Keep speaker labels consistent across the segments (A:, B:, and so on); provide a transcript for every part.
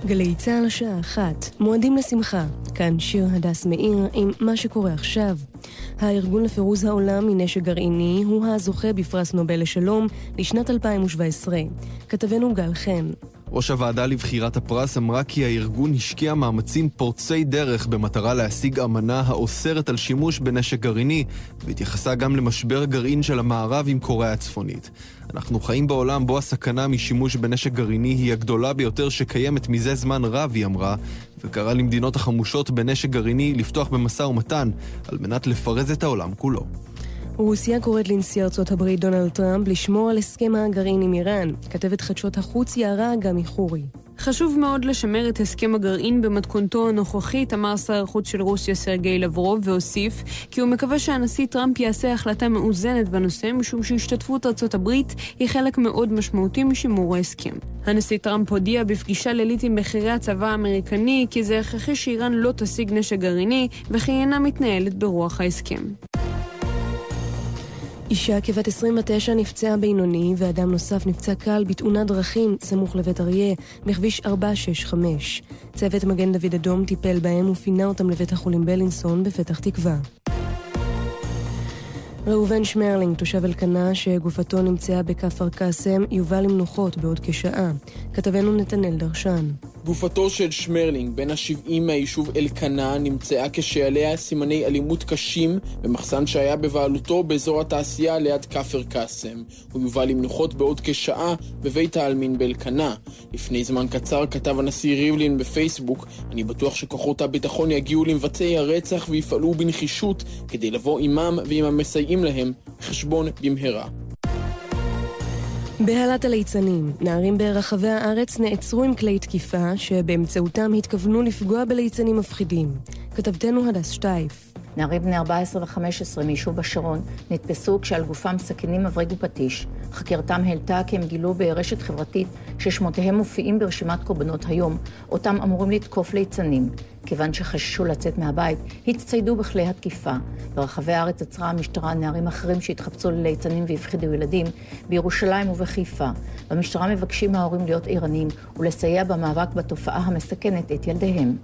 A: גלי צהל השעה 1, מועדים לשמחה. כאן שיר הדס מאיר עם מה שקורה עכשיו. הארגון לפירוז העולם מנשק גרעיני הוא הזוכה בפרס נובל לשלום לשנת 2017. כתבנו גל חן.
B: ראש הוועדה לבחירת הפרס אמרה כי הארגון השקיע מאמצים פורצי דרך במטרה להשיג אמנה האוסרת על שימוש בנשק גרעיני, והתייחסה גם למשבר הגרעין של המערב עם קוריאה הצפונית. אנחנו חיים בעולם בו הסכנה משימוש בנשק גרעיני היא הגדולה ביותר שקיימת מזה זמן רב, היא אמרה, וקרא למדינות החמושות בנשק גרעיני לפתוח במשא ומתן על מנת לפרז את העולם כולו.
A: רוסיה קוראת לנשיא ארצות הברית דונלד טראמפ לשמור על הסכם הגרעין עם איראן. כתבת חדשות החוץ יערה גם חורי.
C: חשוב מאוד לשמר את הסכם הגרעין במתכונתו הנוכחית, אמר שר החוץ של רוסיה סרגי לברוב, והוסיף כי הוא מקווה שהנשיא טראמפ יעשה החלטה מאוזנת בנושא, משום שהשתתפות ארצות הברית היא חלק מאוד משמעותי משימור ההסכם. הנשיא טראמפ הודיע בפגישה לילית עם בכירי הצבא האמריקני כי זה הכרחי שאיראן לא תשיג נשק גרעיני וכי אינה מתנהלת ברוח ההסכם.
A: אישה כבת 29 נפצעה בינוני ואדם נוסף נפצע קל בתאונת דרכים סמוך לבית אריה בכביש 465. צוות מגן דוד אדום טיפל בהם ופינה אותם לבית החולים בלינסון בפתח תקווה. ראובן שמרלינג, תושב אלקנה שגופתו נמצאה בכפר קאסם, יובא למנוחות בעוד כשעה. כתבנו נתנאל דרשן.
D: גופתו של שמרלינג, בן ה-70 מהיישוב אלקנה, נמצאה כשעליה סימני אלימות קשים במחסן שהיה בבעלותו באזור התעשייה ליד כפר קאסם. הוא יובא למנוחות בעוד כשעה בבית העלמין באלקנה. לפני זמן קצר כתב הנשיא ריבלין בפייסבוק, אני בטוח שכוחות הביטחון יגיעו למבצעי הרצח ויפעלו בנחישות כדי לבוא עמם ועם המסייעים להם חשבון במהרה.
A: בהלת הליצנים, נערים ברחבי הארץ נעצרו עם כלי תקיפה שבאמצעותם התכוונו לפגוע בליצנים מפחידים. כתבתנו הדס שטייף.
E: נערים בני 14 ו-15 מיישוב בשרון נתפסו כשעל גופם סכינים, מבריג ופטיש. חקירתם העלתה כי הם גילו ברשת חברתית ששמותיהם מופיעים ברשימת קורבנות היום, אותם אמורים לתקוף ליצנים. כיוון שחששו לצאת מהבית, הצטיידו בכלי התקיפה. ברחבי הארץ עצרה המשטרה נערים אחרים שהתחפצו לליצנים והפחידו ילדים בירושלים ובחיפה. במשטרה מבקשים מההורים להיות ערניים ולסייע במאבק בתופעה המסכנת את ילדיהם.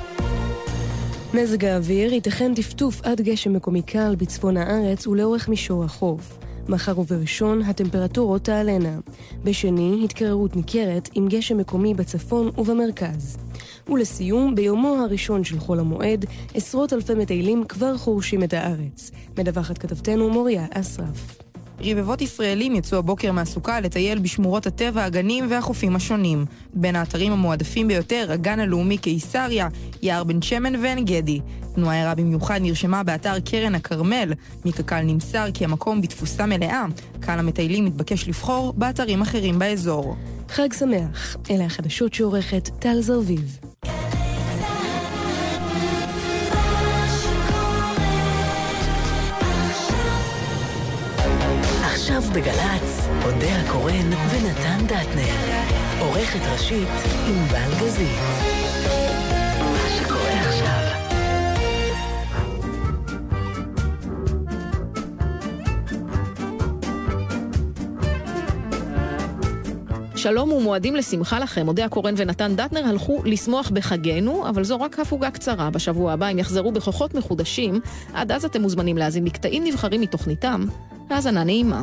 A: מזג האוויר ייתכן טפטוף עד גשם מקומי קל בצפון הארץ ולאורך מישור החוף. מחר ובראשון הטמפרטורות תעלנה. בשני התקררות ניכרת עם גשם מקומי בצפון ובמרכז. ולסיום, ביומו הראשון של חול המועד, עשרות אלפי מטיילים כבר חורשים את הארץ. מדווחת כתבתנו מוריה אסרף.
F: רבבות ישראלים יצאו הבוקר מהסוכה לטייל בשמורות הטבע, הגנים והחופים השונים. בין האתרים המועדפים ביותר, הגן הלאומי קיסריה, יער בן שמן ועין גדי. תנועה ערה במיוחד נרשמה באתר קרן הכרמל. מקק"ל נמסר כי המקום בתפוסה מלאה. קהל המטיילים מתבקש לבחור באתרים אחרים באזור.
A: חג שמח. אלה החדשות שעורכת טל זרביב.
G: עכשיו בגלץ, אודיה קורן ונתן דטנר. עורכת ראשית עם בלגזית. מה שקורה עכשיו.
H: שלום ומועדים לשמחה לכם. אודיה קורן ונתן דטנר הלכו לשמוח בחגנו, אבל זו רק הפוגה קצרה. בשבוע הבא הם יחזרו בכוחות מחודשים. עד אז אתם מוזמנים להאזין לקטעים נבחרים מתוכניתם. האזנה נעימה.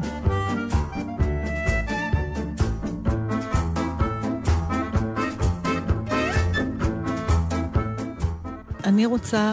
I: אני רוצה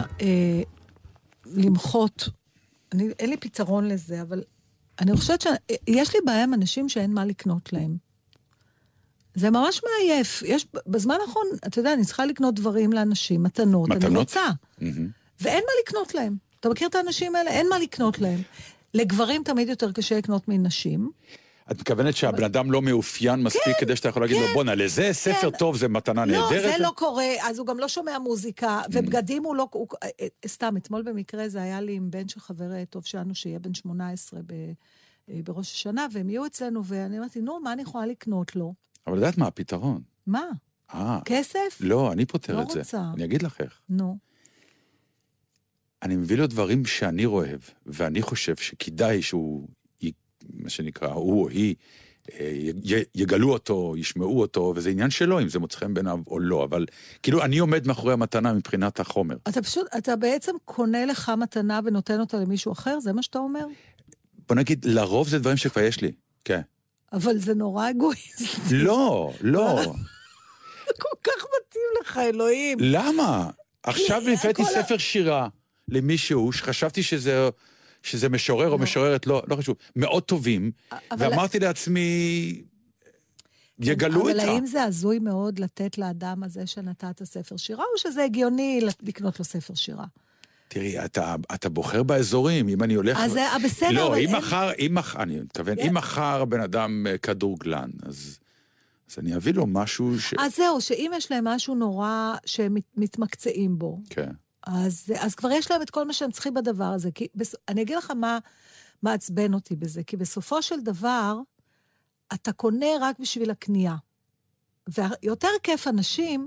I: למחות, אין לי פתרון לזה, אבל אני חושבת שיש לי בעיה עם אנשים שאין מה לקנות להם. זה ממש מעייף. בזמן האחרון, אתה יודע, אני צריכה לקנות דברים לאנשים, מתנות. אני רוצה. ואין מה לקנות להם. אתה מכיר את האנשים האלה? אין מה לקנות להם. לגברים תמיד יותר קשה לקנות מנשים.
J: את מכוונת שהבן אדם לא מאופיין מספיק כדי שאתה יכול להגיד לו, בוא נע, לזה ספר טוב, זה מתנה נהדרת.
I: לא, זה לא קורה, אז הוא גם לא שומע מוזיקה, ובגדים הוא לא... סתם, אתמול במקרה זה היה לי עם בן של חבר טוב שלנו, שיהיה בן 18 בראש השנה, והם יהיו אצלנו, ואני אמרתי, נו, מה אני יכולה לקנות לו?
J: אבל לדעת מה הפתרון?
I: מה? כסף?
J: לא, אני פותר את זה.
I: לא רוצה.
J: אני אגיד לך איך.
I: נו.
J: אני מביא לו דברים שאני אוהב, ואני חושב שכדאי שהוא, מה שנקרא, הוא או היא, יגלו אותו, ישמעו אותו, וזה עניין שלו, אם זה מוצחם ביניו או לא, אבל כאילו אני עומד מאחורי המתנה מבחינת החומר.
I: אתה בעצם קונה לך מתנה ונותן אותה למישהו אחר? זה מה שאתה אומר?
J: בוא נגיד, לרוב זה דברים שכבר יש לי, כן.
I: אבל זה נורא אגואיסטי.
J: לא.
I: כל כך מתאים לך, אלוהים.
J: למה? עכשיו נפעתי ספר שירה למישהו שחשבתי שזה משורר או משוררת, לא חשוב, מאוד טובים, ואמרתי לעצמי, יגלו אותה.
I: אבל האם זה עזוי מאוד לתת לאדם הזה שנתת ספר שירה, או שזה הגיוני לקנות לו ספר שירה?
J: תראי, אתה בוחר באזורים, אם אני הולך...
I: אז בסדר,
J: לא, אני מתכוון, אם מחר בן אדם כדורגלן, אז אני אביא לו משהו
I: אז זהו, שאם יש להם משהו נורא שמתמקצעים בו,
J: כן.
I: אז כבר יש להם את כל מה שהם צריכים בדבר הזה. כי אני אגיד לך מה עצבן אותי בזה, כי בסופו של דבר, אתה קונה רק בשביל הקנייה. ויותר כיף אנשים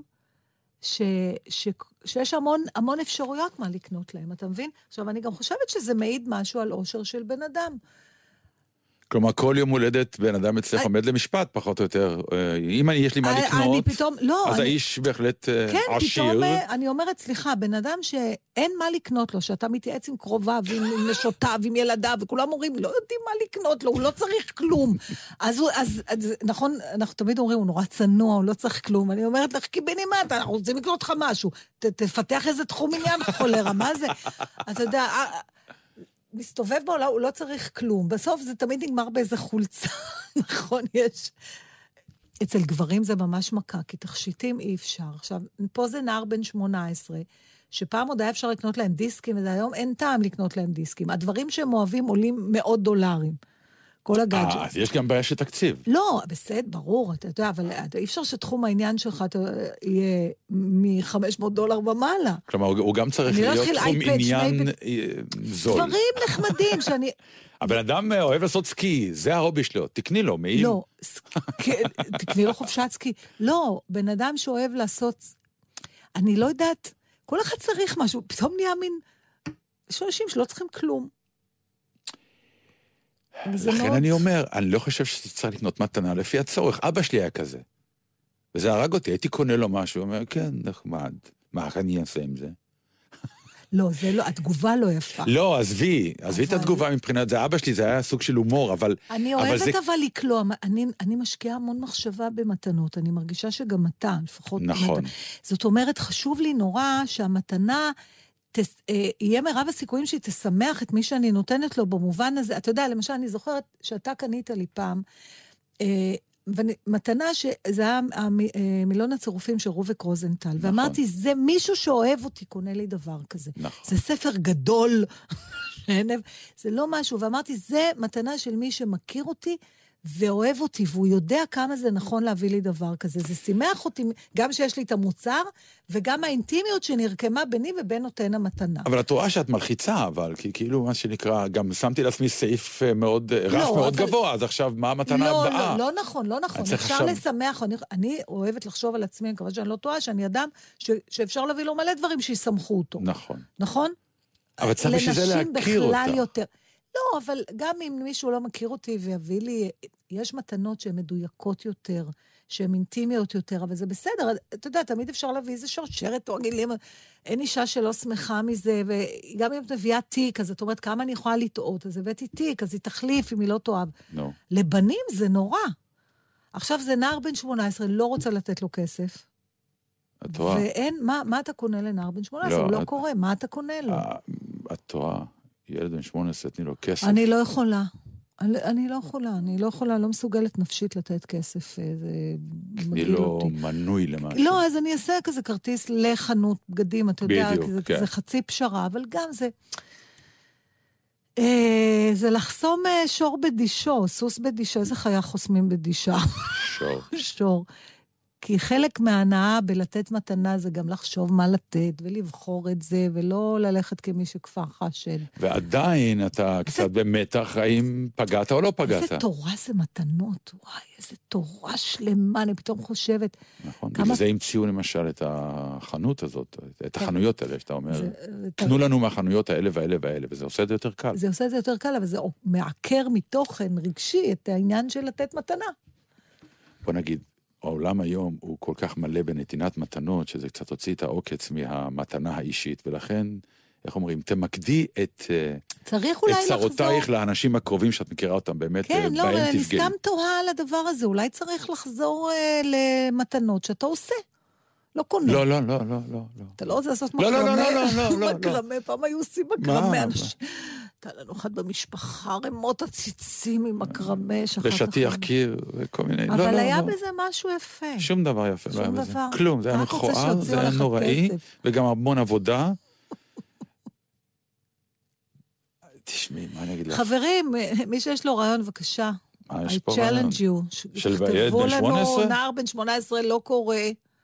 I: שיש המון אפשרויות מה לקנות להם, אתה מבין? עכשיו, אני גם חושבת שזה מעיד משהו על אושר של בן אדם.
J: כלומר, כל יום הולדת בן אדם אצלך עומד למשפט, פחות או יותר. אם יש לי מה לקנות, אז האיש בהחלט עשיר.
I: כן, פתאום אני אומרת, סליחה, בן אדם שאין מה לקנות לו, שאתה מתייעץ עם קרוביו, עם נשותיו, עם ילדיו, וכולם אומרים, לא יודעים מה לקנות לו, הוא לא צריך כלום. אז נכון, אנחנו תמיד אומרים, הוא נורא צנוע, הוא לא צריך כלום. אני אומרת לך, קיבנימט, אנחנו רוצים לקנות לך משהו. תפתח איזה תחום עניין חולרה, מה זה? אתה יודע... מסתובב בו, הוא לא צריך כלום. בסוף זה תמיד נגמר באיזה חולצה, נכון? יש... אצל גברים זה ממש מכה, כי תכשיטים אי אפשר. עכשיו, פה זה נער בן 18, שפעם עוד היה אפשר לקנות להם דיסקים, והיום אין טעם לקנות להם דיסקים. הדברים שהם אוהבים עולים $100. כל הגאדג'ט.
J: אז יש גם בעיה של תקציב.
I: לא, בסדר, ברור, אתה יודע, אבל אי אפשר שתחום העניין שלך יהיה $500 במעלה.
J: כלומר, הוא גם צריך להיות תחום עניין זול.
I: דברים נחמדים שאני...
J: הבן אדם אוהב לעשות סקי, זה ההובי שלו, תקני לו, מעיל.
I: לא, תקני לו חופשת סקי. לא, בן אדם שאוהב לעשות... אני לא יודעת, כל אחד צריך משהו, פתאום נהיה מין... יש אנשים שלא צריכים כלום.
J: לכן אני אומר, אני לא חושב שצריך לקנות מתנה לפי הצורך. אבא שלי היה כזה. וזה הרג אותי, הייתי קונה לו משהו, הוא אומר, כן, נחמד. מה אני אעשה עם זה?
I: לא, זה לא, התגובה לא יפה.
J: לא, עזבי את התגובה מבחינת זה. אבא שלי זה היה סוג של הומור, אבל...
I: אני אוהבת אבל לקלוע, אני משקיעה המון מחשבה במתנות, אני מרגישה שגם אתה, לפחות...
J: נכון.
I: זאת אומרת, חשוב לי נורא שהמתנה... יהיה מרב הסיכויים שהיא תשמח את מי שאני נותנת לו במובן הזה. אתה יודע, למשל, אני זוכרת שאתה קנית לי פעם, מתנה שזה היה מילון הצירופים של רובק רוזנטל, נכון. ואמרתי, זה מישהו שאוהב אותי, קונה לי דבר כזה. נכון. זה ספר גדול, זה לא משהו, ואמרתי, זה מתנה של מי שמכיר אותי, ואוהב אותי, והוא יודע כמה זה נכון להביא לי דבר כזה. זה שימח אותי, גם שיש לי את המוצר, וגם האינטימיות שנרקמה ביני ובין נותן המתנה.
J: אבל את רואה שאת מלחיצה, אבל כאילו מה שנקרא, גם שמתי לעצמי סעיף מאוד, רף מאוד גבוה, אז עכשיו מה המתנה הבאה?
I: לא נכון. אפשר לשמח, אני אוהבת לחשוב על עצמי, אני מקווה שאני לא טועה, שאני אדם שאפשר להביא לו מלא דברים שישמחו אותו. נכון?
J: אבל צריך שזה להכיר אותה.
I: לא, אבל גם אם מישהו לא מכיר אותי ויביא לי, יש מתנות שהן מדויקות יותר, שהן אינטימיות יותר, אבל זה בסדר. אתה יודע, תמיד אפשר להביא איזה שרשרת או עגילים, אין אישה שלא שמחה מזה, וגם אם את מביאה תיק, אז את אומרת, כמה אני יכולה לטעות? אז הבאתי תיק, אז היא תחליף אם היא לא תאהב.
J: No.
I: לבנים זה נורא. עכשיו זה נער בן 18, לא רוצה לתת לו כסף.
J: את רואה.
I: ואין, מה אתה קונה לנער בן 18? הוא לא קורא, מה אתה קונה לו?
J: את רואה. ילד בן 18, תני לו כסף.
I: אני לא יכולה. אני לא יכולה, לא מסוגלת נפשית לתת כסף.
J: אני לא מנוי למשהו.
I: לא, אז אני אעשה כזה כרטיס לחנות בגדים, אתה יודע, זה חצי פשרה, אבל גם זה לחסום שור בדישו, סוס בדישו, איזה חיה חוסמים בדישה?
J: שור.
I: שור. כי חלק מההנאה בלתת מתנה זה גם לחשוב מה לתת, ולבחור את זה, ולא ללכת כמי שכפר חשד.
J: ועדיין אתה קצת במתח, האם פגעת או לא פגעת.
I: איזה תורה זה מתנות, וואי, איזה תורה שלמה, אני פתאום חושבת.
J: נכון, בגלל זה המציאו למשל את החנות הזאת, את החנויות האלה, שאתה אומר, תנו לנו מהחנויות האלה והאלה והאלה, וזה עושה את זה יותר קל.
I: זה עושה את זה יותר קל, אבל זה מעקר מתוכן רגשי את העניין של לתת מתנה.
J: בוא נגיד, העולם היום הוא כל כך מלא בנתינת מתנות, שזה קצת הוציא את העוקץ מהמתנה האישית, ולכן, איך אומרים, תמקדי את צרותייך לאנשים הקרובים שאת מכירה אותם באמת,
I: כן, לא,
J: בהם
I: אני
J: תפגעי.
I: סתם תוהה על הדבר הזה, אולי צריך לחזור למתנות שאתה עושה. לא קונה.
J: לא, לא, לא, לא, לא.
I: אתה לא רוצה לעשות
J: מקרמה? לא, לא, לא, לא.
I: מקרמה, פעם היו עושים מקרמה אנשים. הייתה לנו אחד במשפחה, רמות הציצים עם מקרמה.
J: בשטיח קיר וכל מיני.
I: אבל היה בזה משהו יפה.
J: שום דבר יפה.
I: שום דבר.
J: כלום, זה היה מכוער, זה היה נוראי, וגם המון עבודה. תשמעי, מה אני אגיד לך?
I: חברים, מי שיש לו רעיון, בבקשה.
J: יש פה רעיון. של ילד בן 18?
I: נער בן 18 לא קורא.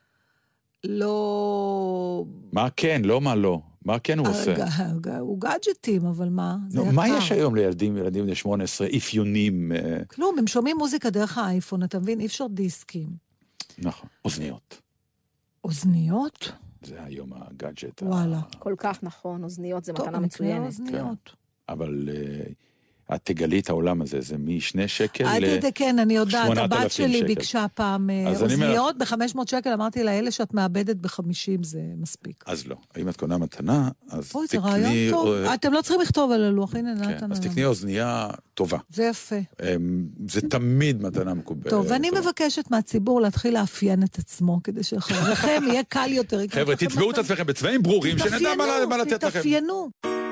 I: לא...
J: מה כן? לא מה לא. מה כן הוא עושה?
I: הוא גאדג'טים, אבל מה?
J: מה יש היום לילדים בני 18, אפיונים?
I: כלום, הם שומעים מוזיקה דרך האייפון, אתה מבין? אי אפשר דיסקים.
J: נכון, אוזניות.
I: אוזניות?
J: זה היום הגאדג'ט.
I: וואלה.
H: כל כך נכון, אוזניות זה מתנה מצוינת.
I: אוזניות.
J: אבל... את תגלי את העולם הזה, זה מ2 שקל ל-8,000
I: כן, אני יודעת, הבת שלי ביקשה פעם אוזניות ב-500 שקל, אמרתי לה, אלה שאת מאבדת ב-50 זה מספיק.
J: אז לא, אם את קונה מתנה, אז תקני...
I: זה רעיון טוב, אתם לא צריכים לכתוב על הלוח, הנה נתן.
J: אז תקני אוזנייה טובה.
I: זה יפה.
J: זה תמיד מתנה מקובלת.
I: טוב, ואני מבקשת מהציבור להתחיל לאפיין את עצמו, כדי שאחריכם יהיה קל יותר.
J: חבר'ה, תצבעו את עצמכם בצבעים ברורים, שנדע מה לתת לכם.
I: תתאפיינו.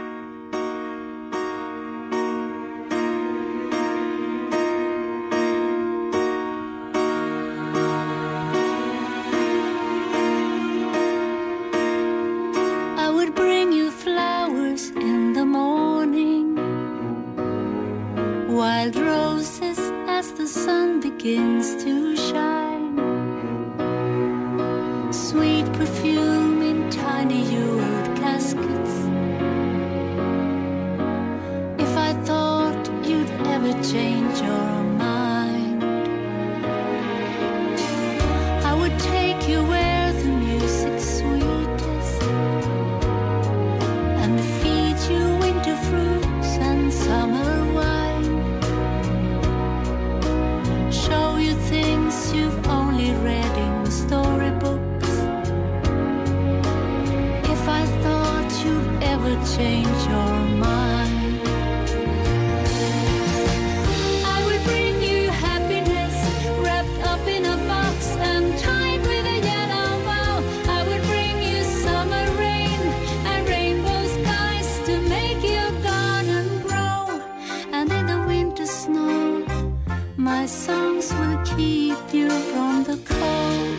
K: Wild roses as the sun begins to shine, sweet perfume in tiny jeweled caskets. If I thought you'd ever change your mind, I would take you where the music's sweetest and feed you winter fruits and summer wine. Show you things you've only read in storybooks. If I thought you'd ever change your mind, I would bring you happiness wrapped up in a box and tied with a yellow bow. I would bring you summer rain and rainbow skies to make your garden grow. And in the winter snow, my songs will keep you from the cold.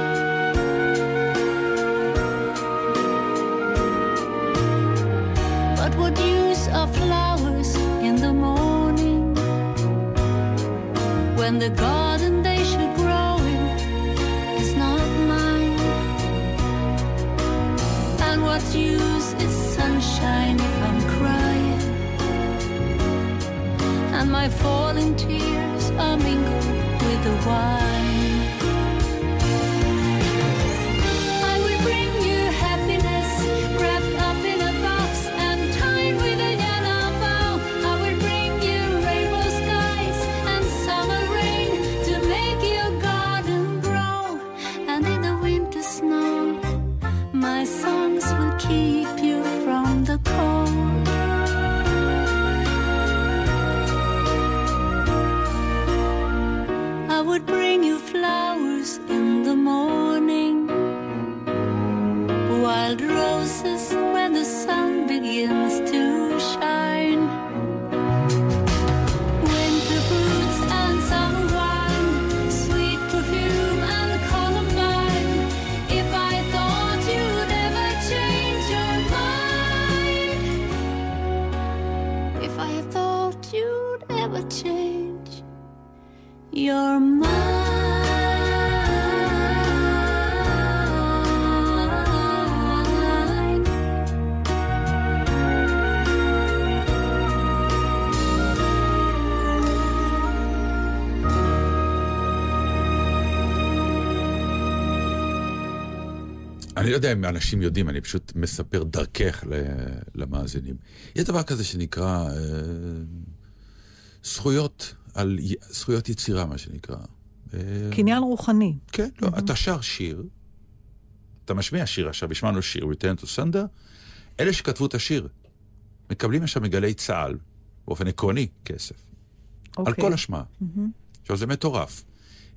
K: But what use are flowers in the morning when the garden they should grow in is not mine? And what use is sunshine if I'm crying and my falling tears are mingled with the wine? I will bring you happiness wrapped up in a box and tied with a yellow bow. I will bring you rainbow skies and summer rain to make your garden grow. And in the winter snow, my songs will keep you from the cold. I would bring you
J: אני לא יודע אם אנשים יודעים, אני פשוט מספר דרכך למאזינים. יש דבר כזה שנקרא זכויות יצירה, מה שנקרא.
I: קניין רוחני.
J: כן, לא, אתה שר שיר, אתה משמיע שיר עכשיו, השמענו שיר, Return to Sender, אלה שכתבו את השיר, מקבלים עכשיו מגלי צה"ל, באופן עקרוני, כסף. על כל השמעה. עכשיו, זה מטורף.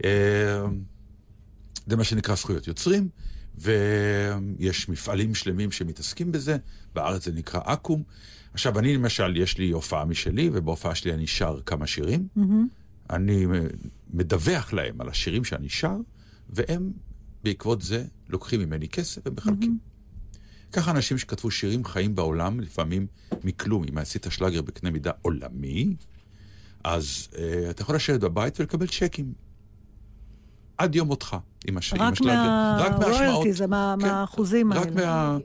J: זה מה שנקרא זכויות יוצרים, ויש מפעלים שלמים שמתעסקים בזה, בארץ זה נקרא אקום. עכשיו, אני למשל, יש לי הופעה משלי, ובהופעה שלי אני שר כמה שירים. אני מדווח להם על השירים שאני שר, והם בעקבות זה לוקחים ממני כסף ומחלקים. ככה אנשים שכתבו שירים חיים בעולם, לפעמים מכלום. אם עשית שלאגר בקנה מידה עולמי, אז אתה יכול לשבת בבית ולקבל צ'קים. עד יום אותך, עם השיר.
I: רק מהרויאלטי, זה מהאחוזים האלה.
J: רק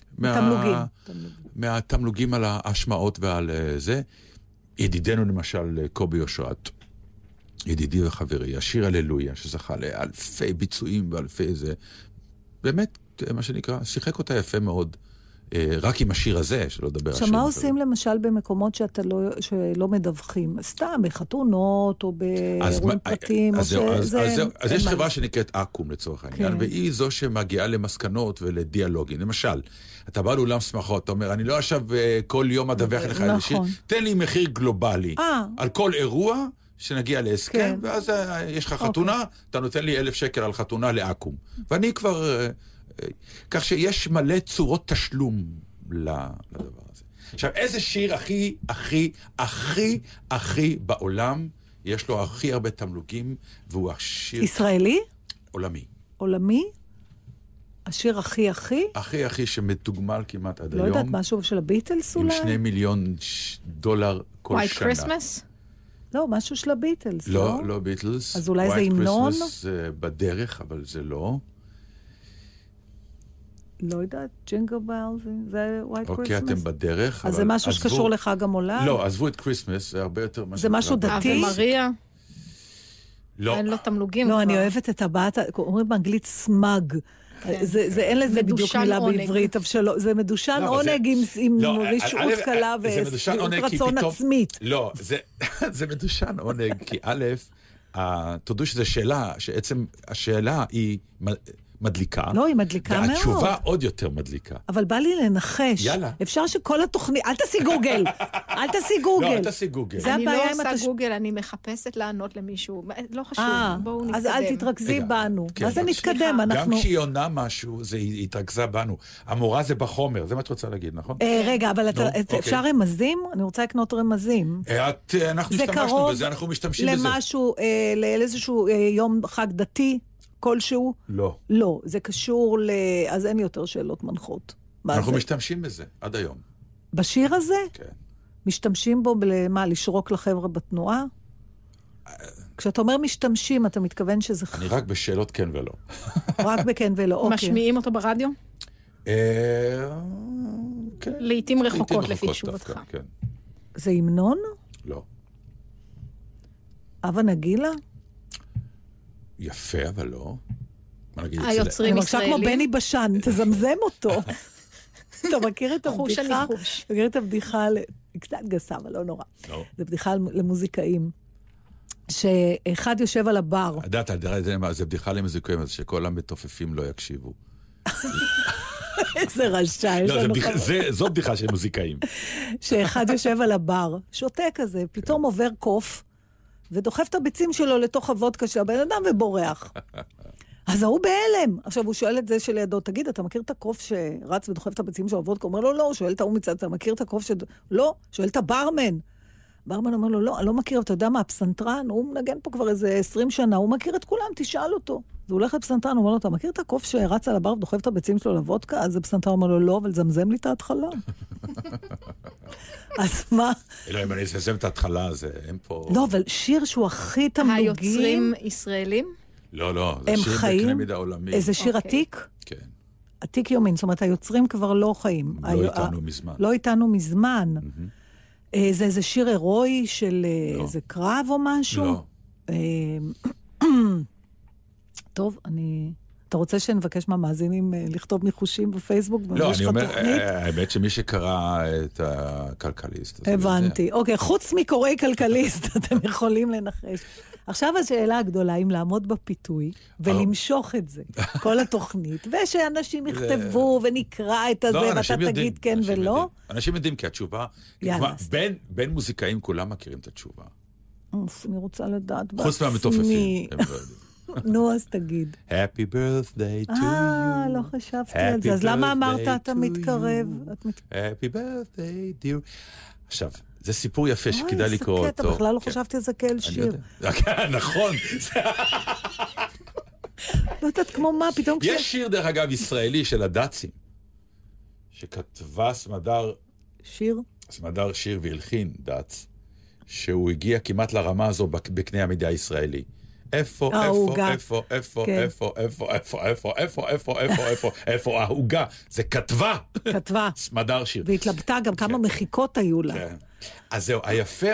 J: מהתמלוגים על ההשמעות ועל זה. ידידנו למשל קובי אושרת, ידידי וחברי, השיר הללויה, שזכה לאלפי ביצועים ואלפי זה, באמת, מה שנקרא, שיחק אותה יפה מאוד, רק עם השיר הזה, שלא לדבר השיר.
I: עכשיו, מה עושים למשל במקומות שלא מדווחים? סתם, בחתונות או באירועים פרטיים?
J: אז יש חברה שנקראת אקום לצורך העניין, והיא זו שמגיעה למסקנות ולדיאלוגים. למשל, אתה בא לאולם שמחות, אתה אומר, אני לא עכשיו כל יום אדווח לך איזה שיר, תן לי מחיר גלובלי על כל אירוע, שנגיע להסכם, ואז יש לך חתונה, אתה נותן לי 1,000 שקל על חתונה לאקום. ואני כבר... כך שיש מלא צורות תשלום לדבר הזה. עכשיו, איזה שיר הכי בעולם, יש לו הכי הרבה תמלוגים, והוא השיר...
I: ישראלי?
J: עולמי.
I: עולמי? השיר הכי?
J: הכי שמתוגמל כמעט עד היום.
I: לא יודעת, משהו של הביטלס אולי?
J: עם $2 מיליון כל
H: White
J: שנה.
H: Christmas?
I: לא, משהו של הביטלס, לא?
J: לא ביטלס.
I: אז אולי זה המנון?
J: White Christmas זה בדרך, אבל זה לא.
I: לא יודעת, ג'ינגל בל, זה White Christmas.
J: אוקיי, אתם בדרך.
I: אז זה משהו שקשור לחג המולד?
J: לא, עזבו את קריסמס, זה הרבה יותר...
I: זה משהו דתי?
H: ומריה?
J: לא.
H: אין לו תמלוגים
I: לא,
H: כבר.
I: אני אוהבת את הבאת, אומרים באנגלית סמג. אין לזה בדיוק מילה בעברית, זה מדושן עונג עם רשעות קלה ורצון עצמית.
J: לא, זה מדושן עונג, כי א', תודו שזו שאלה, שעצם השאלה היא מדליקה.
I: לא, היא מדליקה מאוד.
J: והתשובה עוד יותר מדליקה.
I: אבל בא לי לנחש.
J: יאללה.
I: אפשר שכל התוכנית... אל תעשי גוגל. אל תעשי גוגל.
J: לא, אל תעשי גוגל.
H: אני לא עושה גוגל, אני מחפשת לענות למישהו. לא חשוב, בואו נתקדם.
I: אז אל תתרכזי בנו. מה זה נתקדם?
J: גם כשהיא עונה משהו, זה התרכזה בנו. המורה זה בחומר, זה מה את רוצה להגיד, נכון?
I: רגע, אבל אפשר רמזים? אני רוצה לקנות רמזים.
J: אנחנו השתמשנו בזה, אנחנו משתמשים בזה.
I: למשהו, לאיזשהו יום חג דתי? כלשהו?
J: לא.
I: לא, זה קשור אז אין יותר שאלות מנחות.
J: אנחנו משתמשים בזה, עד היום.
I: בשיר הזה?
J: כן.
I: משתמשים בו למה? לשרוק לחבר'ה בתנועה? כשאתה אומר משתמשים, אתה מתכוון שזה...
J: אני רק בשאלות כן ולא.
I: רק בכן ולא, אוקיי.
H: משמיעים אותו ברדיו?
J: כן.
H: לעתים רחוקות לפי תשובתך.
J: כן.
I: זה המנון?
J: לא.
I: אבא נגילה?
J: יפה, אבל לא.
H: היוצרים ישראלים.
I: כמו בני בשן, תזמזם אותו. אתה מכיר את הבדיחה? מכיר את הבדיחה, היא קצת גסה, אבל לא נורא. זו בדיחה למוזיקאים. שאחד יושב על הבר.
J: יודעת, זה בדיחה למוזיקאים, אז שכל המתופפים לא יקשיבו.
I: איזה רשע, יש לנו חבר.
J: זו בדיחה של מוזיקאים.
I: שאחד יושב על הבר, שותה כזה, פתאום עובר קוף, ודוחף את הביצים שלו לתוך הוודקה של הבן אדם ובורח. אז הוא בהלם. עכשיו הוא שואל את זה שלידו, תגיד, אתה מכיר את הקוף שרץ ודוחף את הביצים של הוודקה? הוא אומר לו, לא, הוא שואל את ההוא מצד, אתה מכיר את הקוף לא, שואל את הברמן. ברמן אומר לו, לא, אני לא מכיר, אתה יודע מה, הפסנתרן, הוא מנגן פה כבר איזה 20 שנה, הוא מכיר את כולם, תשאל אותו. אז הוא הולך לפסנתרן, הוא אומר לו, אתה מכיר את הקוף שרץ על הבר ודוחף את הביצים שלו לוודקה? אז הפסנתרן אומר לו, לא, אבל זמזם לי את ההתחלה. אז מה?
J: לא, אם אני אסזם את ההתחלה, אז הם פה...
I: לא, אבל שיר שהוא הכי תמלוגים...
H: היוצרים ישראלים?
J: לא, זה שיר בקנה מידה עולמי.
I: איזה שיר עתיק?
J: כן.
I: עתיק יומין, זאת אומרת, היוצרים כבר לא חיים.
J: לא איתנו מזמן.
I: לא איתנו מזמן. זה איזה שיר הירואי של איזה קרב או משהו?
J: לא.
I: טוב, אתה רוצה שנבקש מהמאזינים לכתוב ניחושים בפייסבוק?
J: לא, אני אומר, האמת שמי שקרא את הכלכליסט.
I: הבנתי. אוקיי, חוץ מקוראי כלכליסט, אתם יכולים לנחש. עכשיו השאלה הגדולה, אם לעמוד בפיתוי ולמשוך את זה, כל התוכנית, ושאנשים יכתבו ונקרא את הזה, ואתה תגיד כן ולא.
J: אנשים יודעים, כי התשובה, בין מוזיקאים כולם מכירים את התשובה.
I: אני רוצה לדעת בעצמי.
J: חוץ מהמתופפים.
I: נו, אז תגיד.
J: Happy birthday to you.
I: לא חשבתי על זה. אז למה אמרת אתה מתקרב?
J: Happy birthday dear. עכשיו, זה סיפור יפה שכדאי לקרוא אותו.
I: איזה קטע, בכלל לא חשבתי על זה כאל שיר.
J: נכון.
I: לא יודעת כמו מה, פתאום
J: יש שיר, דרך אגב, ישראלי של הדאצים, שכתבה סמדר שיר והלחין דאץ, שהוא הגיע כמעט לרמה הזו בקנה המידה הישראלי. איפה ההוגה? זה כתבה. סמדר שיר.
I: והתלבטה גם כמה מחיקות היו לה.
J: אז זהו, היפה...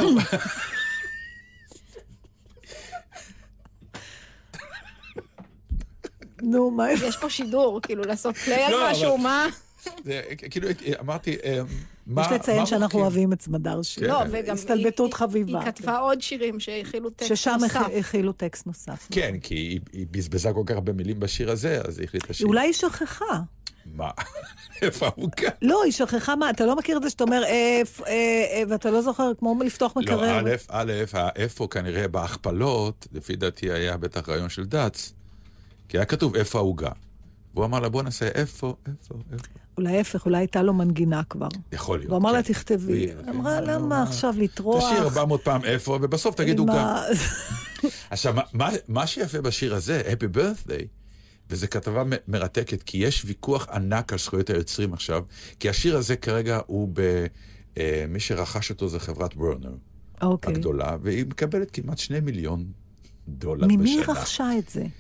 I: נו, מה?
H: יש פה שידור, כאילו לעשות פליי על משהו, מה?
J: כאילו, אמרתי...
I: יש לציין שאנחנו אוהבים את סמדר שיר.
H: לא, וגם
I: הסתלבטות חביבה.
H: היא כתבה עוד שירים שהכילו טקסט נוסף.
I: ששם הכילו טקסט נוסף.
J: כן, כי היא בזבזה כל כך הרבה מילים בשיר הזה, אז היא החליטה שיר.
I: אולי היא שכחה.
J: מה? איפה ההוגה?
I: לא, היא שכחה מה? אתה לא מכיר את זה שאתה אומר ואתה לא זוכר כמו לפתוח מקרר.
J: לא, איפה כנראה בהכפלות, לפי דעתי היה בטח רעיון של דאץ, כי היה כתוב איפה ההוגה. והוא אמר לה, בוא נעשה איפה.
I: אולי הפך, אולי הייתה לו מנגינה כבר.
J: יכול להיות.
I: הוא אמר לה, תכתבי. אמרה, למה עכשיו לטרוח?
J: תשאיר 400 פעם איפה, ובסוף תגיד הוגה. עכשיו, מה שיפה בשיר הזה, Happy Birthday, וזו כתבה מרתקת, כי יש ויכוח ענק על זכויות היוצרים עכשיו, כי השיר הזה כרגע הוא מי שרכש אותו זה חברת וורנר הגדולה, והיא מקבלת כמעט $2 מיליון בשנה.
I: ממי רכשה את זה?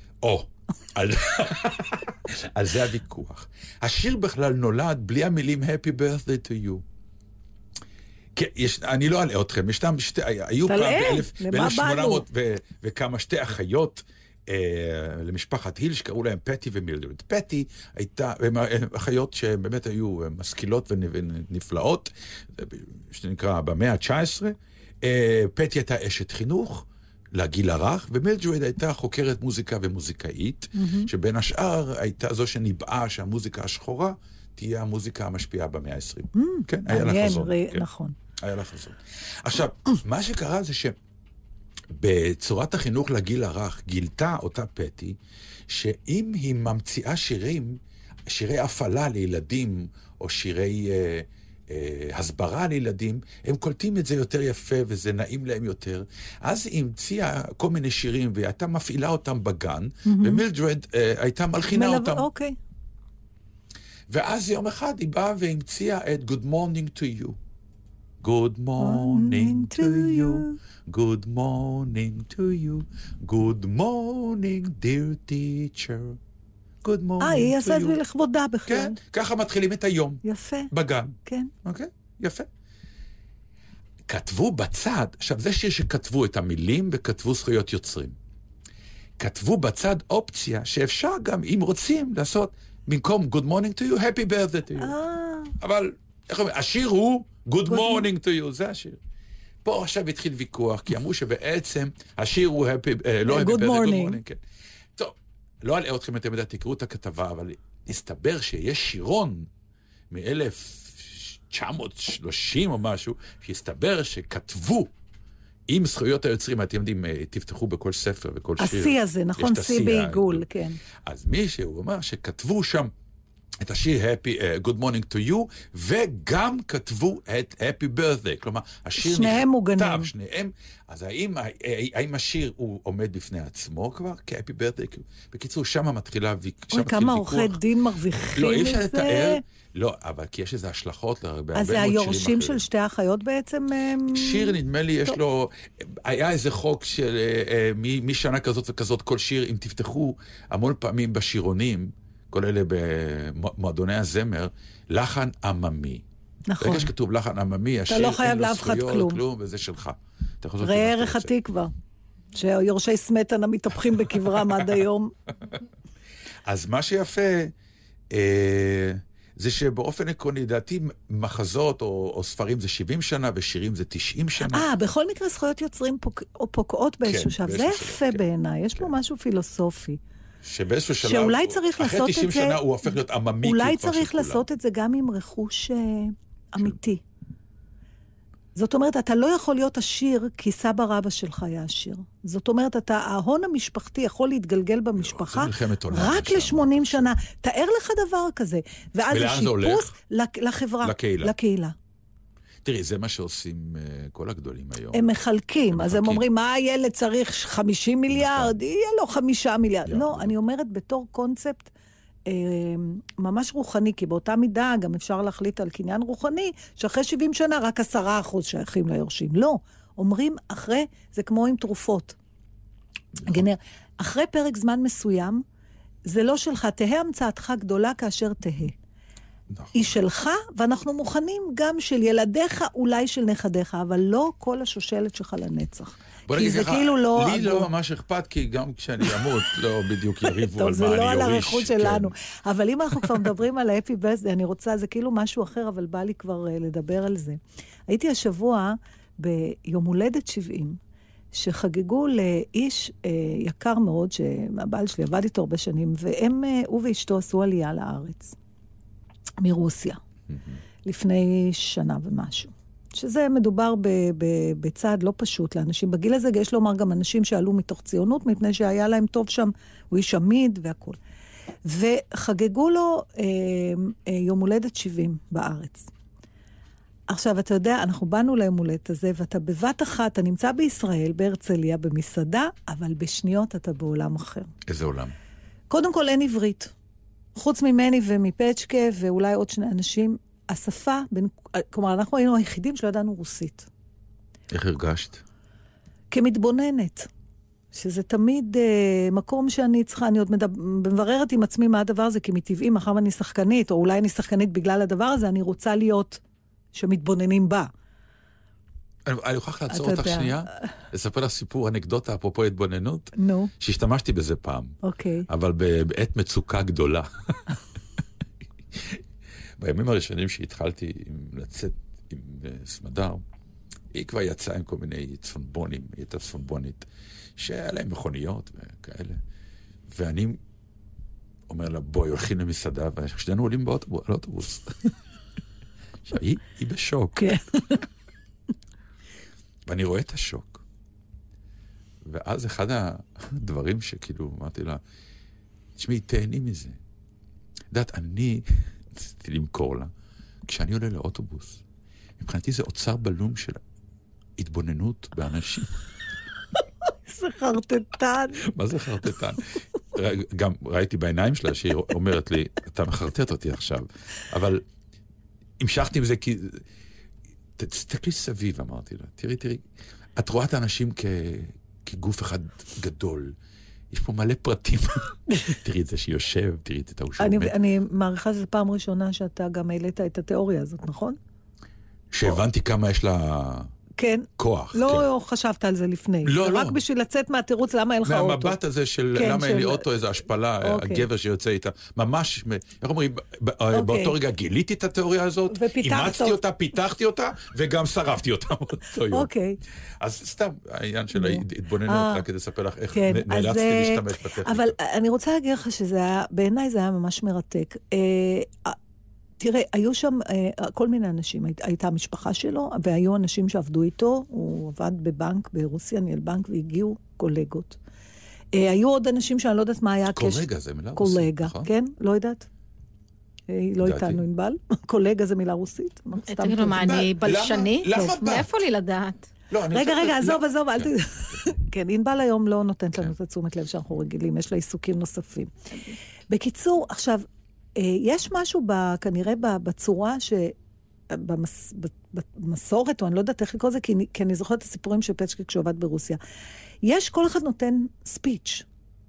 J: על זה הוויכוח. השיר בכלל נולד בלי המילים Happy Birthday to you. אני לא אלאה אתכם, היו פעם ב-1800 וכמה שתי אחיות למשפחת היל שקראו להם פטי ומילדרד. פטי הייתה, אחיות שבאמת היו משכילות ונפלאות, שנקרא במאה ה-19. פטי הייתה אשת חינוך, לגיל הרך, ומילדרד הייתה חוקרת מוזיקה ומוזיקאית, שבין השאר הייתה זו שניבאה שהמוזיקה השחורה תהיה המוזיקה המשפיעה במאה ה-20. כן, היה לה חזון.
I: נכון.
J: היה לה חזון. עכשיו, מה שקרה זה שבצורת החינוך לגיל הרך גילתה אותה פטי, שאם היא ממציאה שירי הפעלה לילדים, או שירי הסברה לילדים, הם קולטים את זה יותר יפה, וזה נעים להם יותר. אז היא המציאה כל מיני שירים, והיא הייתה מפעילה אותם בגן, ומילדרד הייתה מלחינה אותם.
I: אוקיי.
J: ואז יום אחד היא באה והמציאה את Good Morning to You. Good morning to you, good morning to you, good morning dear teacher. Good morning to you.
I: היא עשה את זה לכבודה בכלל.
J: כן, ככה מתחילים את היום.
I: יפה.
J: בגן.
I: כן.
J: אוקיי, יפה. כתבו בצד, עכשיו זה שיר שכתבו את המילים וכתבו זכויות יוצרים. כתבו בצד אופציה שאפשר גם, אם רוצים, לעשות במקום Good morning to you, Happy birthday to you. אבל, איך אומרים, השיר הוא Good morning to you, זה השיר. פה עכשיו התחיל ויכוח, כי אמרו שבעצם השיר הוא לא Happy birthday, Good morning. כן. טוב, לא אלאה אתכם אתם יודעת, תקראו את הכתבה, אבל הסתבר שיש שירון מ-1930 או משהו, שהסתבר שכתבו עם זכויות היוצרים, אתם יודעים, תפתחו בכל ספר וכל שיר.
I: השיא הזה, נכון? שיא בעיגול, כן.
J: אז מישהו אומר שכתבו שם את השיר Good Morning to You, וגם כתבו את Happy Birthday. כלומר, השיר
I: שניהם מוגנים.
J: שניהם. אז האם השיר הוא עומד בפני עצמו כבר? כ-Happy Birthday? בקיצור, שם מתחילה
I: אוי, כמה עורכי דין מרוויחים
J: לא,
I: את
J: אפשר
I: זה.
J: לתאר. לא, אבל כי יש איזה השלכות להרבה מאוד שירים אחרים.
I: אז זה היורשים של שתי האחיות בעצם?
J: שיר, נדמה לי, יש לו... היה איזה חוק של משנה כזאת וכזאת, כל שיר, אם תפתחו המון פעמים בשירונים, כל אלה במועדוני הזמר, לחן עממי.
I: נכון.
J: ברגע שכתוב לחן עממי, השיר
I: לא חייב לאף אחד כלום,
J: וזה שלך.
I: ראה ערך התקווה, שיורשי סמטנה מתהפכים בקברם עד היום.
J: אז מה שיפה, זה שבאופן עקרוני, דעתי, מחזות או ספרים זה 70 שנה, ושירים זה 90 שנה.
I: בכל מקרה זכויות יוצרים פוקעות באיזשהו שלב. זה יפה בעיניי, יש פה משהו פילוסופי.
J: שבאיזשהו שלב,
I: שאולי צריך לעשות את זה,
J: אחרי 90 שנה הוא הופך להיות עממי.
I: אולי צריך לעשות את זה גם עם רכוש אמיתי. זאת אומרת, אתה לא יכול להיות עשיר כי סבא רבא שלך היה עשיר. זאת אומרת, ההון המשפחתי יכול להתגלגל במשפחה רק ל-80 שנה. תאר לך דבר כזה. ואז השיפוס לחברה, לקהילה.
J: תראי, זה מה שעושים כל הגדולים היום.
I: הם מחלקים, אז הם אומרים, מה הילד צריך 50 מיליארד? יהיה לו 5 מיליארד. לא, אני אומרת בתור קונספט, ממש רוחני, כי באותה מידה גם אפשר להחליט על קניין רוחני, שאחרי 70 שנה רק 10% שייכים ליורשים. לא, אומרים אחרי, זה כמו עם תרופות. אחרי פרק זמן מסוים, זה לא שלך, תהה המצאתך גדולה כאשר תהה. היא שלך, ואנחנו מוכנים גם של ילדיך, אולי של נכדיך, אבל לא כל השושלת שלך לנצח. כי זה כאילו לא...
J: לי לא ממש אכפת, כי גם כשאני אמות, לא בדיוק יריבו על מה אני יוריש.
I: טוב, זה לא על הרכות שלנו. אבל אם אנחנו כבר מדברים על האפי בסדה, אני רוצה, זה כאילו משהו אחר, אבל בא לי כבר לדבר על זה. הייתי השבוע ביום הולדת 70, שחגגו לאיש יקר מאוד, שהבעל שלי עבד איתו הרבה שנים, והם, הוא ואשתו עשו עלייה לארץ. מרוסיה, לפני שנה ומשהו. שזה מדובר בצעד לא פשוט לאנשים. בגיל הזה יש לומר גם אנשים שעלו מתוך ציונות, מפני שהיה להם טוב שם, הוא איש עמיד והכל. וחגגו לו יום הולדת 70 בארץ. עכשיו, אתה יודע, אנחנו באנו ליום הולדת הזה, ואתה בבת אחת, אתה נמצא בישראל, בהרצליה, במסעדה, אבל בשניות אתה בעולם אחר.
J: איזה עולם?
I: קודם כל אין עברית. חוץ ממני ומפצ'קה, ואולי עוד שני אנשים, השפה, כלומר, אנחנו היינו היחידים שלא ידענו רוסית.
J: איך הרגשת?
I: כמתבוננת. שזה תמיד מקום שאני צריכה, אני עוד מבררת עם עצמי מה הדבר הזה, כי מטבעי, מאחר אני שחקנית, או אולי אני שחקנית בגלל הדבר הזה, אני רוצה להיות שמתבוננים בה.
J: אני אוכח לעצור אותך שנייה, לספר לך סיפור, אנקדוטה, אפרופו התבוננות, שהשתמשתי בזה פעם.
I: אוקיי.
J: אבל בעת מצוקה גדולה. בימים הראשונים שהתחלתי לצאת עם סמדר, היא כבר יצאה עם כל מיני צפונבונים, היא הייתה צפונבונית, שהיה להם מכוניות וכאלה. ואני אומר לה, בואי, הולכים למסעדה, ושנינו עולים באוטובוס. עכשיו, היא בשוק.
I: כן.
J: ואני רואה את השוק. ואז אחד הדברים שכאילו, אמרתי לה, תשמעי, תהני מזה. יודעת, אני ניסיתי למכור לה, כשאני עולה לאוטובוס, מבחינתי זה אוצר בלום של התבוננות באנשים.
I: זה חרטטן.
J: מה זה חרטטן? גם ראיתי בעיניים שלה שהיא אומרת לי, אתה מחרטט אותי עכשיו. אבל המשכתי עם זה כי... תסתכלי סביב, אמרתי לה. תראי, את רואה את האנשים כגוף אחד גדול. יש פה מלא פרטים. תראי את זה שיושב, תראי את ההוא שעומד.
I: אני מעריכה שזו פעם ראשונה שאתה גם העלית את התיאוריה הזאת, נכון?
J: שהבנתי כמה יש לה
I: כן.
J: כוח.
I: לא חשבת על זה לפני.
J: לא,
I: רק בשביל לצאת מהתירוץ למה אין לך אוטו.
J: מהמבט הזה של למה אין לי אוטו, איזו השפלה, הגבר שיוצא איתה. ממש, איך אומרים, באותו רגע גיליתי את התיאוריה הזאת, אימצתי אותה, פיתחתי אותה, וגם שרפתי אותה.
I: אוקיי.
J: אז סתם, העניין של ההתבוננות, רק כדי לספר לך איך נאלצתי להשתמש בטכניקה.
I: אבל אני רוצה להגיד לך שבעיניי זה היה ממש מרתק. תראה, היו שם כל מיני אנשים, הייתה המשפחה שלו, והיו אנשים שעבדו איתו, הוא עבד בבנק ברוסיה, ניהל בנק, והגיעו קולגות. היו עוד אנשים שאני לא יודעת מה היה הקשר.
J: קולגה זה מילה רוסית,
I: קולגה,
J: נכון?
I: כן? לא יודעת. לא איתנו ענבל. קולגה זה מילה רוסית.
H: תגידו, מה, אני בלשני?
J: למה בא?
H: מאיפה לי לדעת?
I: רגע, עזוב, אל תדע. כן, ענבל היום לא נותנת לנו את התשומת לב שאנחנו רגילים, יש לה עיסוקים נוספים. בקיצור, עכשיו, יש משהו כנראה בצורה במסורת, או אני לא יודעת איך לקרוא זה, כי אני זוכרת את הסיפורים של פצ'קה כשעובד ברוסיה. יש, כל אחד נותן ספיץ'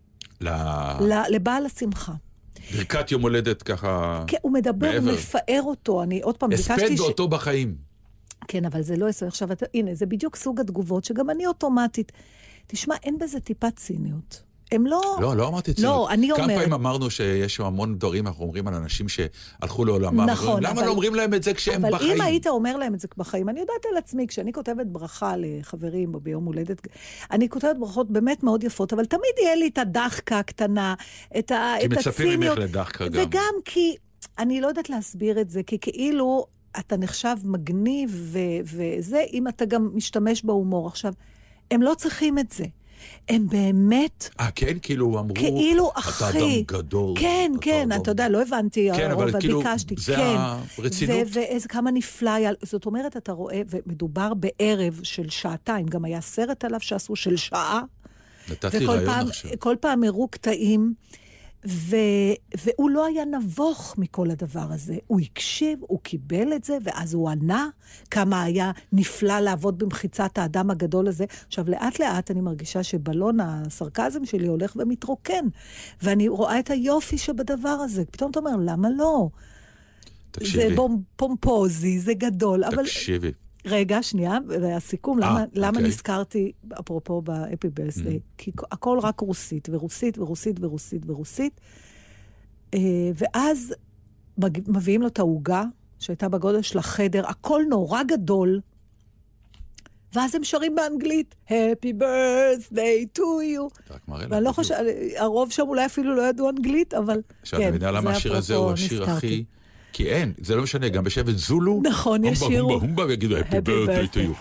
I: לבעל השמחה.
J: ברכת יום הולדת ככה...
I: כן, הוא מדבר, הוא מפאר אותו. אני עוד פעם ביקשתי
J: הספד באותו בחיים.
I: כן, אבל זה לא עכשיו, הנה, זה בדיוק סוג התגובות, שגם אני אוטומטית. תשמע, אין בזה טיפת ציניות. הם לא...
J: לא אמרתי ציונות.
I: לא, אני אומרת...
J: כמה פעמים אמרנו שיש שם המון דברים, אנחנו אומרים על אנשים שהלכו לעולמם.
I: נכון,
J: למה לא אומרים להם את זה כשהם בחיים?
I: אבל אם היית אומר להם את זה בחיים, אני יודעת על עצמי, כשאני כותבת ברכה לחברים ביום הולדת, אני כותבת ברכות באמת מאוד יפות, אבל תמיד יהיה לי את הדחקה הקטנה, את הציניות.
J: כי מצפים ממך לדחקה גם.
I: וגם כי, אני לא יודעת להסביר את זה, כי כאילו אתה נחשב מגניב וזה, אם אתה גם משתמש בהומור. עכשיו, הם לא צריכים את זה. הם באמת...
J: כן, כאילו אמרו...
I: כאילו, אחי...
J: אתה אדם גדול.
I: כן, כן, אתה יודע, לא הבנתי,
J: כן, אבל כאילו,
I: ביקשתי.
J: זה
I: כן.
J: הרצינות.
I: ואיזה כמה נפלא היה... זאת אומרת, אתה רואה, ומדובר בערב של שעתיים, גם היה סרט עליו שעשו של שעה.
J: נתתי רעיון עכשיו.
I: וכל פעם הראו קטעים, והוא לא היה נבוך מכל הדבר הזה. הוא הקשיב, הוא קיבל את זה, ואז הוא ענה כמה היה נפלא לעבוד במחיצת האדם הגדול הזה. עכשיו, לאט לאט אני מרגישה שבלון הסרקזם שלי הולך ומתרוקן, ואני רואה את היופי שבדבר הזה. פתאום אתה אומר, למה לא?
J: תקשיבי.
I: זה פומפוזי, זה גדול, אבל...
J: תקשיבי.
I: רגע, שנייה, והסיכום, למה נזכרתי, אפרופו באפי ברסדיי, כי הכל רק רוסית, ורוסית, ורוסית, ורוסית, ורוסית, ואז מביאים לו את ההוגה, שהייתה בגודל של החדר, הכל נורא גדול, ואז הם שרים באנגלית, Happy birthday to you. ואני לא חושב, הרוב שם אולי אפילו לא ידעו אנגלית, אבל
J: עכשיו, אני מבינה למה השיר הזה הוא השיר הכי... כי אין, זה לא משנה, גם בשבט זולו,
I: נכון, יש שיר...
J: הומבה ויגידו, Happy birthday to you.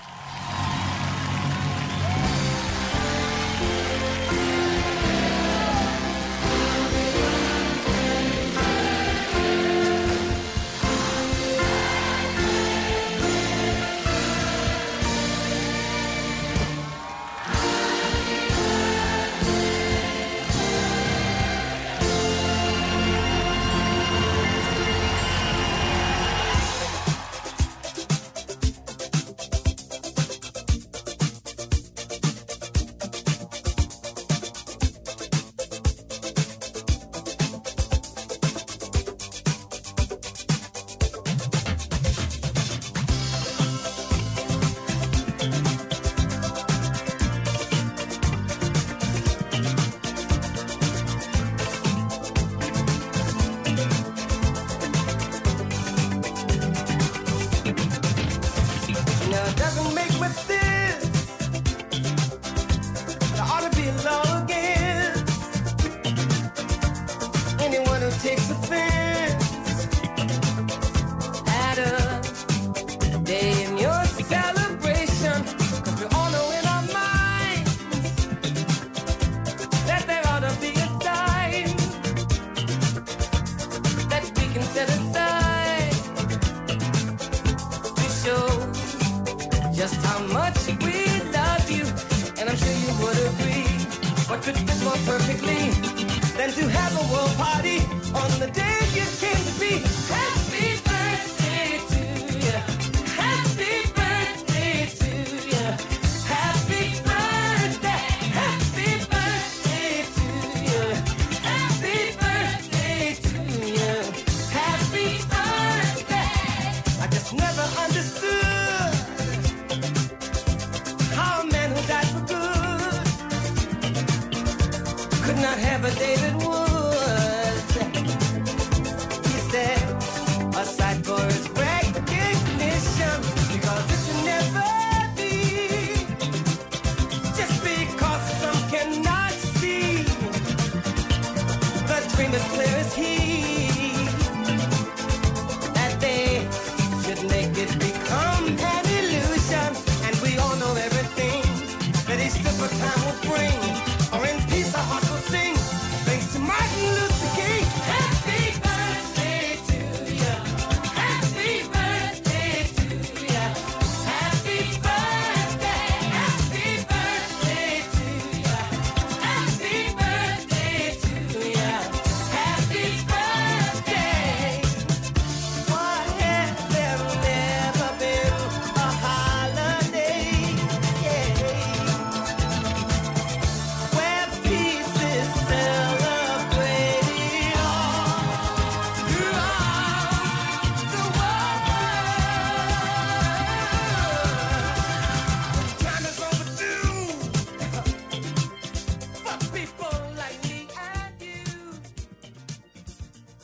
L: Not have a David Wood. He said,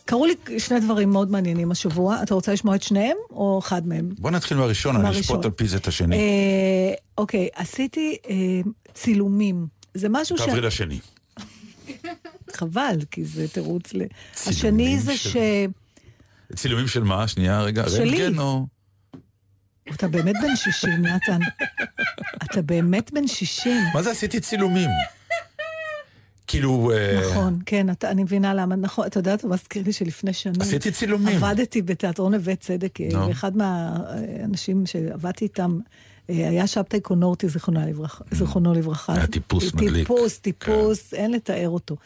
I: קראו לי שני דברים מאוד מעניינים השבוע. אתה רוצה לשמוע את שניהם או אחד מהם?
J: בוא נתחיל מהראשון, אני אשפוט על פי זה את השני.
I: אוקיי, עשיתי צילומים. זה משהו
J: תעברי לשני.
I: חבל, כי זה תירוץ השני זה
J: צילומים של מה? שנייה, רגע.
I: שלי.
J: רנטגן או...
I: אתה באמת בן 60, נתן. אתה באמת בן 60.
J: מה זה עשיתי צילומים? כאילו...
I: נכון, כן, אני מבינה למה, נכון, אתה יודע, אתה מזכיר לי שלפני שנים...
J: עשיתי צילומים.
I: עבדתי בתיאטרון נווה צדק, ואחד מהאנשים שעבדתי איתם, היה שבתאי קונורטי, זיכרונו לברכה.
J: היה טיפוס מדליק.
I: טיפוס, אין לתאר אותו.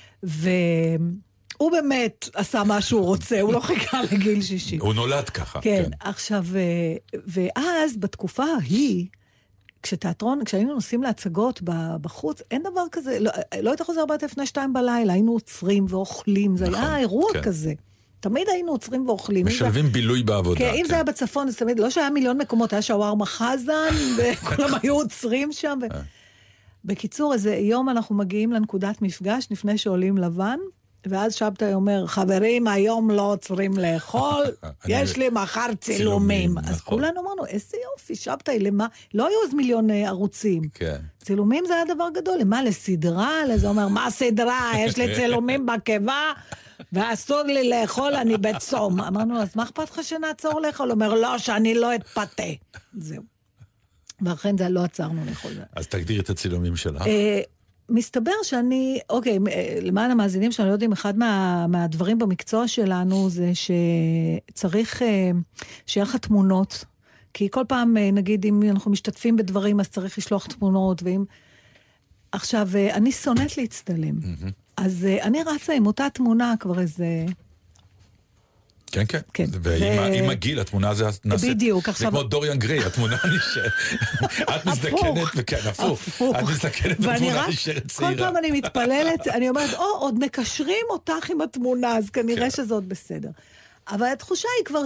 I: והוא באמת עשה מה שהוא רוצה, הוא לא חיכה לגיל 60.
J: הוא נולד ככה.
I: כן, עכשיו, ואז בתקופה ההיא, כשהיינו נוסעים להצגות בחוץ, אין דבר כזה, לא היית חוזר בת לפני 2 בלילה, היינו עוצרים ואוכלים, זה היה אירוע כזה. תמיד היינו עוצרים ואוכלים.
J: משלבים בילוי בעבודה.
I: כן, אם זה היה בצפון, אז תמיד, לא שהיה מיליון מקומות, היה שווארמה חזן, וכולם היו עוצרים שם. בקיצור, איזה יום אנחנו מגיעים לנקודת מפגש, לפני שעולים לבן, ואז שבתאי אומר, חברים, היום לא עוצרים לאכול, יש לי מחר צילומים. אז כולנו אמרנו, איזה יופי, שבתאי, למה? לא היו אז מיליון ערוצים. צילומים זה היה דבר גדול, למה? לסדרה? זה אומר, מה סדרה? יש לי צילומים בקיבה, ואסור לי לאכול, אני בצום. אמרנו, אז מה אכפת לך שנעצור לאכול? אומר, לא, שאני לא אתפתה. זהו. ואכן זה לא עצרנו לאכול.
J: אז תגדיר את הצילומים שלך.
I: מסתבר שאני, אוקיי, למען המאזינים שאני לא יודעים, אחד מהדברים במקצוע שלנו זה שצריך שיהיה לך תמונות, כי כל פעם, נגיד, אם אנחנו משתתפים בדברים, אז צריך לשלוח תמונות, עכשיו, אני שונאת להצטלם. אז אני רצה עם אותה תמונה כבר איזה...
J: כן, כן. ועם הגיל, התמונה זה נעשית.
I: בדיוק.
J: זה כמו דוריאן גריי, התמונה נשארת. את מזדקנת, וכן, הפוך. את מזדקנת, התמונה נשארת צעירה.
I: כל פעם אני מתפללת, אני אומרת, עוד מקשרים אותך עם התמונה, אז כנראה שזאת בסדר. אבל התחושה היא כבר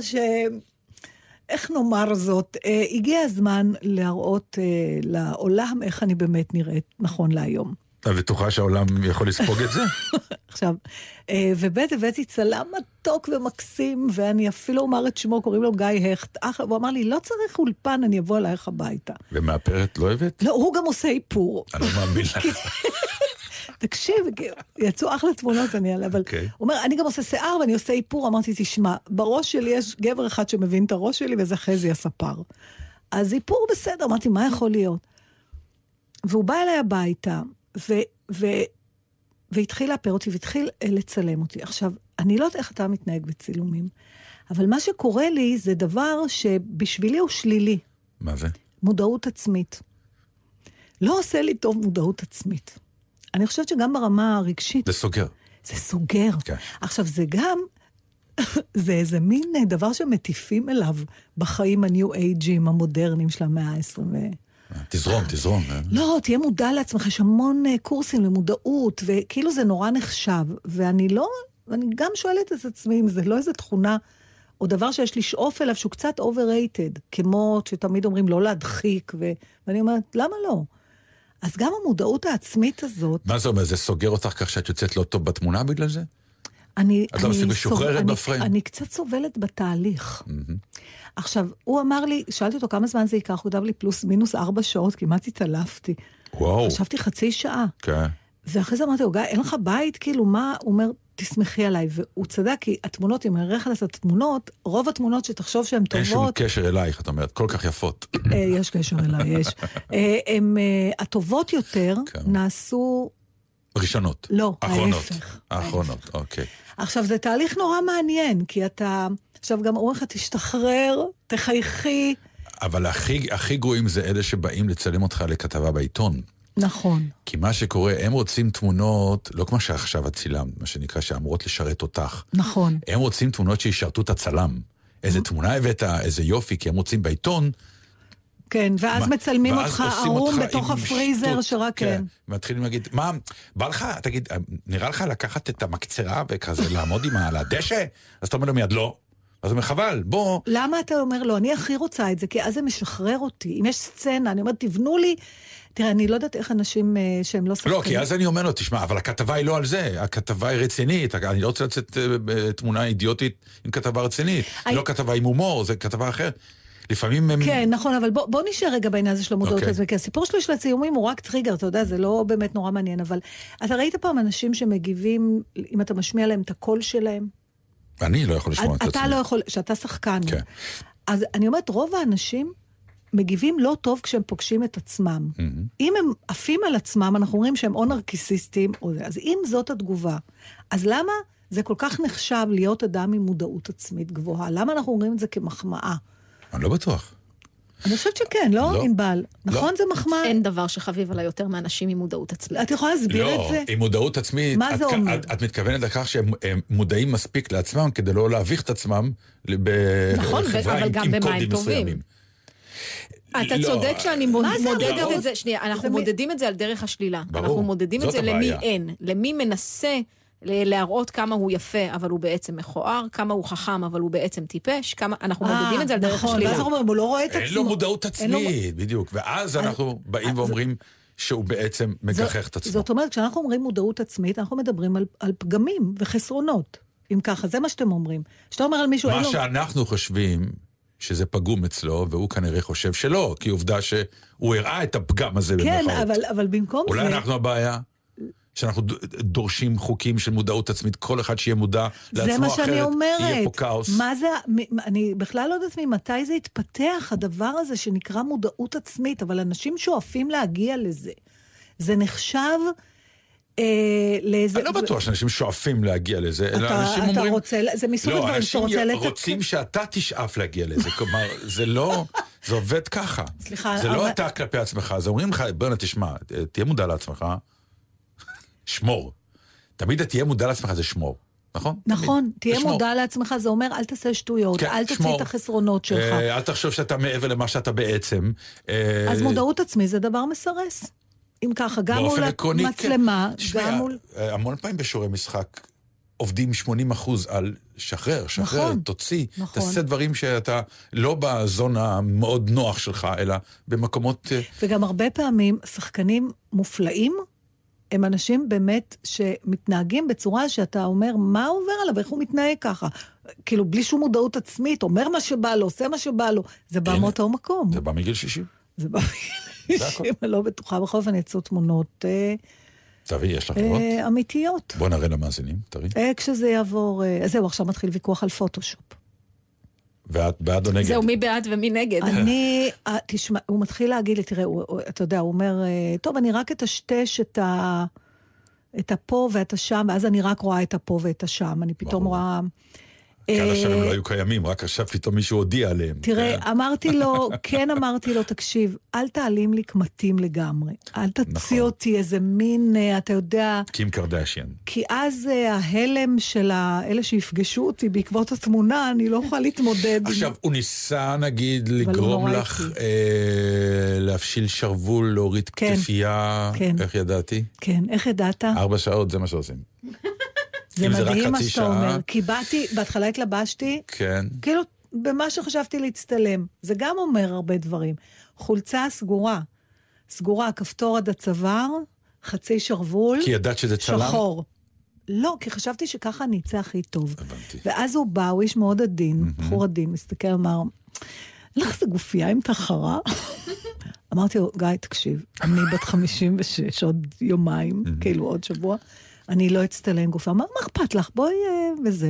I: איך נאמר זאת, הגיע הזמן להראות לעולם איך אני באמת נראית נכון להיום.
J: אתה בטוחה שהעולם יכול לספוג את זה?
I: עכשיו, ובית הבאתי צלם מתוק ומקסים, ואני אפילו אומר את שמו, קוראים לו גיא הכט, והוא אמר לי, לא צריך אולפן, אני אבוא אלייך הביתה.
J: ומאפרת לא הבאת?
I: לא, הוא גם עושה איפור.
J: אני לא מאמין לך.
I: תקשיב, יצאו אחלה תמונות, אבל הוא אומר, אני גם עושה שיער ואני עושה איפור, אמרתי, תשמע, בראש שלי יש גבר אחד שמבין את הראש שלי, וזה חזי הספר. אז איפור בסדר, אמרתי, מה יכול להיות? והוא בא אליי הביתה, והתחיל לאפר אותי, והתחיל לצלם אותי. עכשיו, אני לא יודעת איך אתה מתנהג בצילומים, אבל מה שקורה לי זה דבר שבשבילי הוא שלילי.
J: מה זה?
I: מודעות עצמית. לא עושה לי טוב מודעות עצמית. אני חושבת שגם ברמה הרגשית...
J: זה סוגר.
I: זה סוגר.
J: כן.
I: עכשיו, זה גם... זה איזה מין דבר שמטיפים אליו בחיים הניו-אייג'ים המודרניים של המאה ה-20.
J: תזרום.
I: לא, תהיה מודע לעצמך, יש המון קורסים למודעות, וכאילו זה נורא נחשב, ואני גם שואלת את עצמי אם זה לא איזו תכונה, או דבר שיש לשאוף אליו שהוא קצת overrated, כמו שתמיד אומרים לא להדחיק, ואני אומרת, למה לא? אז גם המודעות העצמית הזאת...
J: מה זה אומר? זה סוגר אותך כך שאת יוצאת לא טוב בתמונה בגלל זה?
I: את לא מספיק משוחררת בפריים? אני קצת סובלת בתהליך. עכשיו, הוא אמר לי, שאלתי אותו כמה זמן זה ייקח, הוא כתב לי פלוס מינוס 4 שעות, כמעט התעלפתי.
J: וואו.
I: חשבתי חצי שעה.
J: כן.
I: ואחרי זה אמרתי, אין לך בית? כאילו, מה? הוא אומר, תסמכי עליי. והוא צדק, כי התמונות, אם אני אראה לך את התמונות, רוב התמונות שתחשוב שהן טובות...
J: אין שום קשר אלייך, את אומרת, כל כך יפות.
I: יש קשר אליי, יש. הטובות יותר נעשו...
J: ראשונות.
I: לא,
J: ההפך. האחרונות, אוקיי.
I: עכשיו, זה תהליך נורא מעניין, כי אתה... עכשיו גם אומרים לך, תשתחרר, תחייכי.
J: אבל הכי גרועים זה אלה שבאים לצלם אותך לכתבה בעיתון.
I: נכון.
J: כי מה שקורה, הם רוצים תמונות, לא כמו שעכשיו הצילם, מה שנקרא, שאמורות לשרת אותך.
I: נכון.
J: הם רוצים תמונות שישרתו את הצלם. איזה תמונה הבאת, איזה יופי, כי הם רוצים בעיתון.
I: כן, ואז מצלמים אותך ערום בתוך הפריזר שרק כן.
J: מתחילים להגיד, מה, בא לך, תגיד, נראה לך לקחת את המקצרה וכזה לעמוד על הדשא? אז אתה אומר לו מיד, לא. אז הוא אומר, חבל, בוא.
I: למה אתה אומר לו, אני הכי רוצה את זה, כי אז זה משחרר אותי. אם יש סצנה, אני אומרת, תבנו לי... תראה, אני לא יודעת איך אנשים שהם לא שחקנים.
J: לא, כי אז אני אומר לו, תשמע, אבל הכתבה היא לא על זה, הכתבה היא רצינית, אני לא רוצה לצאת תמונה אידיוטית עם כתבה רצינית, לא כתבה עם הומור, זה כתבה אחרת. לפעמים הם...
I: כן, נכון, אבל בוא נשאר רגע בעניין הזה של המודעות הזה, כי הסיפור שלו של הצילומים הוא רק טריגר, אתה יודע, זה לא באמת נורא מעניין, אבל אתה ראית פעם אנשים שמגיבים, אם אתה משמיע להם את הקול שלהם?
J: אני לא יכול לשמוע את עצמי.
I: אתה לא יכול, שאתה שחקן.
J: כן.
I: אז אני אומרת, רוב האנשים מגיבים לא טוב כשהם פוגשים את עצמם. אם הם עפים על עצמם, אנחנו אומרים שהם או נרקיסיסטים, אז אם זאת התגובה, אז למה זה כל כך נחשב להיות אדם עם מודעות עצמית גבוהה? למה אנחנו אומרים את זה כמחמאה?
J: אני לא בטוח.
I: אני חושבת שכן, לא ענבל. נכון, זה מחמאה?
H: אין דבר שחביב עליי יותר מאנשים עם מודעות עצמית.
I: את יכולה להסביר את זה?
J: לא, עם מודעות עצמית,
I: מה זה אומר?
J: את מתכוונת לכך שהם מודעים מספיק לעצמם, כדי לא להביך את עצמם בחברה עם קודים מסוימים.
H: אתה צודק שאני מודדת את זה, שנייה, אנחנו מודדים את זה על דרך השלילה. אנחנו מודדים את זה למי אין, למי מנסה להראות כמה הוא יפה, אבל הוא בעצם מכוער, כמה הוא חכם, אבל הוא בעצם טיפש, אנחנו מודדים את זה על דרך השלילה.
I: ואז אנחנו אומרים, הוא לא רואה את עצמו.
J: אין לו מודעות עצמית, בדיוק. ואז אנחנו באים ואומרים שהוא בעצם מגחך את עצמו.
I: זאת אומרת, כשאנחנו אומרים מודעות עצמית, אנחנו מדברים על פגמים וחסרונות. אם ככה, זה מה שאתם אומרים. שאתה אומר על מישהו...
J: מה שאנחנו חושבים שזה פגום אצלו, והוא כנראה חושב שלא, כי עובדה שהוא הראה את הפגם הזה במחאות.
I: כן, אבל במקום זה...
J: אולי אנחנו הבעיה... שאנחנו דורשים חוקים של מודעות עצמית, כל אחד שיהיה מודע לעצמו, אחרת יהיה פה כאוס.
I: מה זה, אני בכלל לא יודעת ממתי זה התפתח, הדבר הזה שנקרא מודעות עצמית, אבל אנשים שואפים להגיע לזה. זה נחשב לאיזה...
J: אני לא בטוח שאנשים שואפים להגיע לזה, אלא אנשים אומרים...
I: אתה רוצה, זה מסוג הדברים שאתה רוצה לתקן.
J: לא, אנשים רוצים שאתה תשאף להגיע לזה, כלומר, זה לא... זה עובד ככה.
I: סליחה,
J: זה לא אתה כלפי עצמך, זה אומרים לך, בוא תשמע, תהיה מודע לעצמך, שמור. תמיד תהיה מודע לעצמך, זה שמור. נכון?
I: נכון, תהיה מודע לעצמך, זה אומר, אל תעשה שטויות, אל תוציא את החסרונות שלך.
J: אל תחשוב שאתה מעבר למה שאתה בעצם.
I: אז מודעות עצמי זה דבר מסרס. אם ככה, גם מול מצלמה, גם מול...
J: המון פעמים בשיעורי משחק עובדים 80% על שחרר, תוציא, תעשה דברים שאתה לא בזון המאוד נוח שלך, אלא במקומות...
I: וגם הרבה פעמים שחקנים מופלאים, הם אנשים באמת שמתנהגים בצורה שאתה אומר, מה עובר עליו, איך הוא מתנהג ככה? כאילו, בלי שום מודעות עצמית, אומר מה שבא לו, עושה מה שבא לו, זה בא מאותו מקום.
J: זה בא מגיל 60.
I: זה בא מגיל 60, אני לא בטוחה, בכל אופן יצאו תמונות...
J: תראי, יש לך לראות?
I: אמיתיות.
J: בוא נראה למאזינים, תראי.
I: כשזה יעבור... זהו, עכשיו מתחיל ויכוח על פוטושופ.
J: ואת בעד או נגד?
H: זהו, מי בעד ומי נגד?
I: תשמע, הוא מתחיל להגיד לי, תראה, אתה יודע, הוא אומר, טוב, אני רק אטשטש את הפה ואת השם, ואז אני רק רואה את הפה ואת השם, אני פתאום רואה...
J: כאלה שהם לא היו קיימים, רק עכשיו פתאום מישהו הודיע עליהם.
I: תראה, אמרתי לו, תקשיב, אל תעלים לי קמטים לגמרי, אל תוציא אותי איזה מין, אתה יודע...
J: קים קרדשיאן.
I: כי אז ההלם של אלה שיפגשו אותי בעקבות התמונה, אני לא יכולה להתמודד.
J: עכשיו, הוא ניסה, נגיד, לגרום לך להפשיל שרוול, להוריד כתפייה, איך ידעתי?
I: כן, איך ידעת?
J: 4 שעות, זה מה שעושים.
I: זה מדהים מה שאתה אומר, כי בהתחלה התלבשתי, כאילו במה שחשבתי להצטלם, זה גם אומר הרבה דברים. חולצה סגורה, כפתור עד הצוואר, חצי שרוול,
J: כי ידעת שזה צלם?
I: שחור. לא, כי חשבתי שככה אני אצא הכי טוב. ואז הוא בא, הוא איש מאוד עדין, בחור עדין, מסתכל, אמר, לך זה גופייה עם תחרה? אמרתי לו, גיא, תקשיב, אני בת 56, עוד יומיים, כאילו עוד שבוע, אני לא אצטלם גופה. מה אכפת לך? בואי וזה.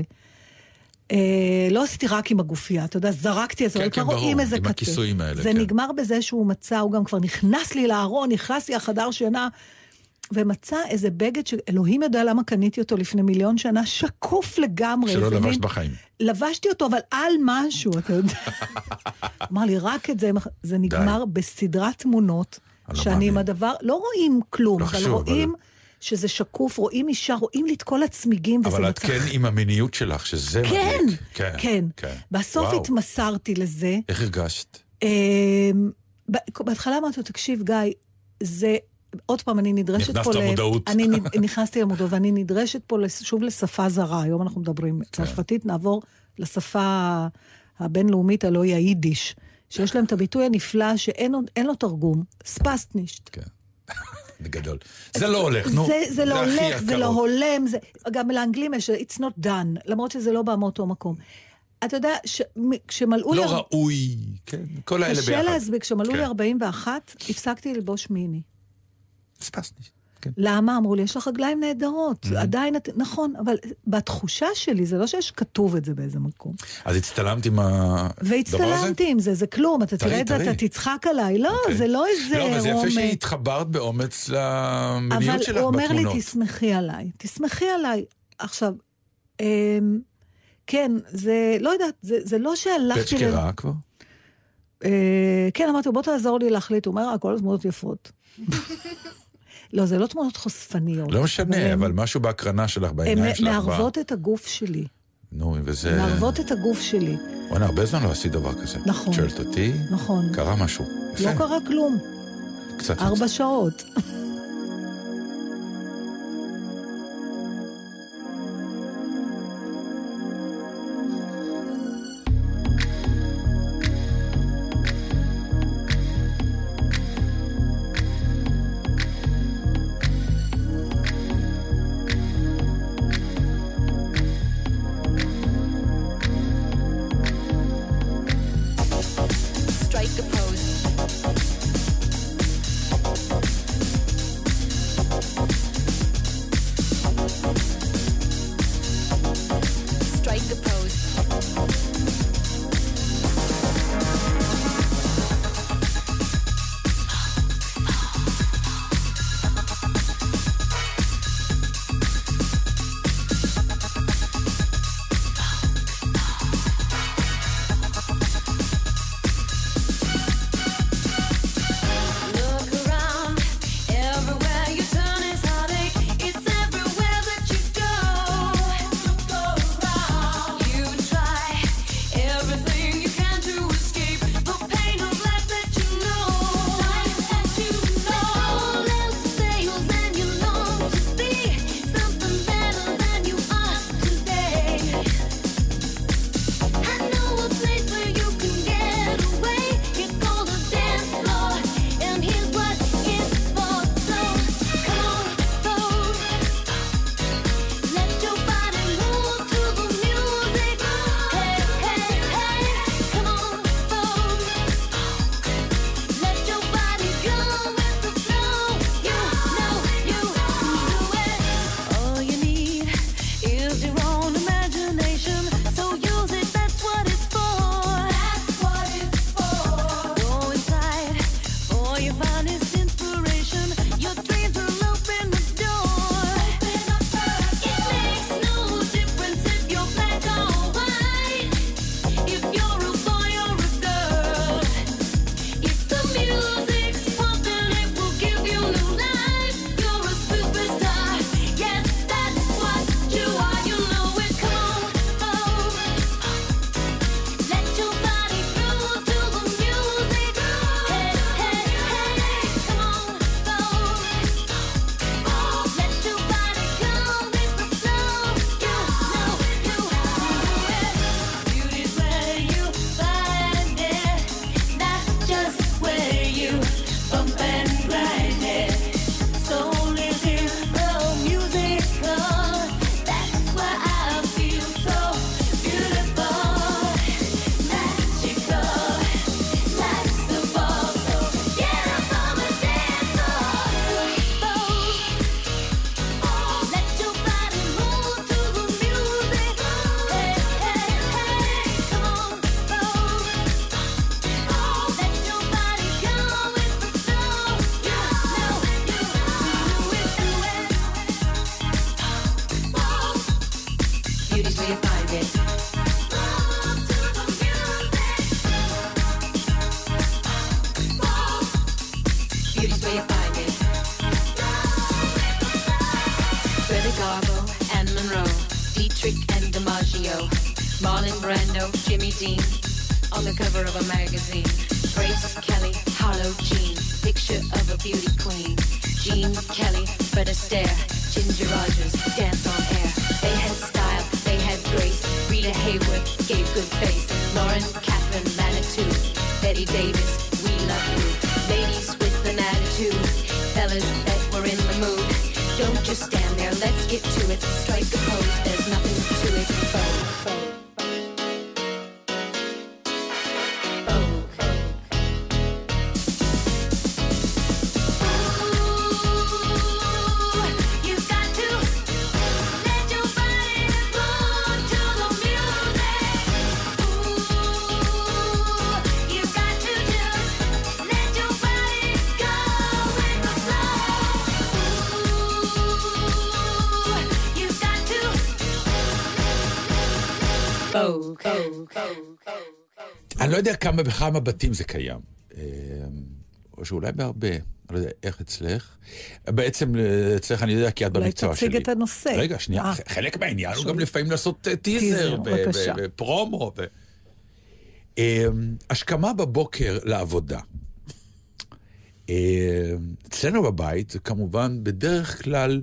I: לא עשיתי רק עם הגופייה, אתה יודע, זרקתי את זה,
J: כן, ברור, עם הכיסויים האלה.
I: זה נגמר בזה שהוא מצא, הוא גם כבר נכנס לי לארון, נכנס לי לחדר שינה, ומצא איזה בגד שאלוהים יודע למה קניתי אותו לפני 1,000,000 שנה, שקוף לגמרי.
J: שלא לבש בחיים.
I: לבשתי אותו, אבל על משהו, אתה יודע. אמר לי, רק את זה, זה נגמר בסדרת תמונות, שאני עם הדבר, לא רואים כלום, אבל רואים... שזה שקוף, רואים אישה, רואים לי את כל הצמיגים.
J: אבל את כן עם המיניות שלך, שזה מדליק.
I: כן. בסוף התמסרתי לזה.
J: איך הרגשת?
I: בהתחלה אמרתי, תקשיב גיא, זה, עוד פעם אני נדרשת פה...
J: נכנסת למודעות.
I: נכנסתי למודעות, ואני נדרשת פה שוב לשפה זרה, היום אנחנו מדברים צרפתית, נעבור לשפה הבינלאומית הלא היא היידיש, שיש להם את הביטוי הנפלא שאין לו תרגום, ספסטנישט.
J: כן. בגדול. זה לא הולך, נו.
I: זה לא הולך, זה לא הולם, גם לאנגלים יש, it's not done, למרות שזה לא בא מאותו מקום. אתה יודע, כשמלאו לי...
J: לא ראוי, כן, כל האלה ביחד.
I: קשה להסביק, כשמלאו לי 41, הפסקתי ללבוש מיני.
J: ספסניסט.
I: למה? אמרו לי, יש לך רגליים נהדרות. עדיין, נכון, אבל בתחושה שלי, זה לא שיש כתוב את זה באיזה מקום.
J: אז הצטלמת עם הדבר הזה?
I: והצטלמתי עם זה, זה כלום. אתה תראה את זה, אתה תצחק עליי. לא, זה לא איזה...
J: לא, אבל זה יפה שהתחברת באומץ למיניות שלך בתמונות.
I: אבל הוא אומר לי, תסמכי עליי. תסמכי עליי. עכשיו, כן, זה, לא יודעת, זה לא שהלכתי...
J: בית שקרה כבר?
I: כן, אמרתי, בוא תעזור לי להחליט. הוא אומר, הכל תמונות יפות. לא, זה לא תמונות חושפניות.
J: לא משנה, אבל משהו בהקרנה שלך, בעיניים שלך.
I: הן מערבות את הגוף שלי.
J: נו, וזה...
I: מערבות את הגוף שלי.
J: וואנה, הרבה זמן לא עשית דבר כזה.
I: נכון.
J: שואלת אותי,
I: נכון.
J: קרה משהו.
I: לא קרה כלום.
J: קצת.
I: 4 שעות.
L: Marlon Brando, Jimmy Dean, on the cover of a magazine. Grace Kelly, Harlow Jean, picture of a beauty queen. Jean Kelly, Fred Astaire, Ginger Rogers, dance on air. They had style, they had grace. Rita Victoria Haywood gave good face. Lauren, Catherine, Manitou, Betty Davis, we love you. Ladies with an attitude, fellas that were in the mood. Don't just stand there, let's get to it. Strike a pose, there's nothing to it.
J: אני לא יודע בכמה בתים זה קיים. או שאולי בהרבה. אני לא יודע איך אצלך. בעצם אצלך אני יודע כי את במקצוע שלי.
I: אולי תציג את הנושא.
J: רגע, שנייה. חלק מהעניין הוא גם לפעמים לעשות טיזר ופרומו. השכמה בבוקר לעבודה. אצלנו בבית זה כמובן בדרך כלל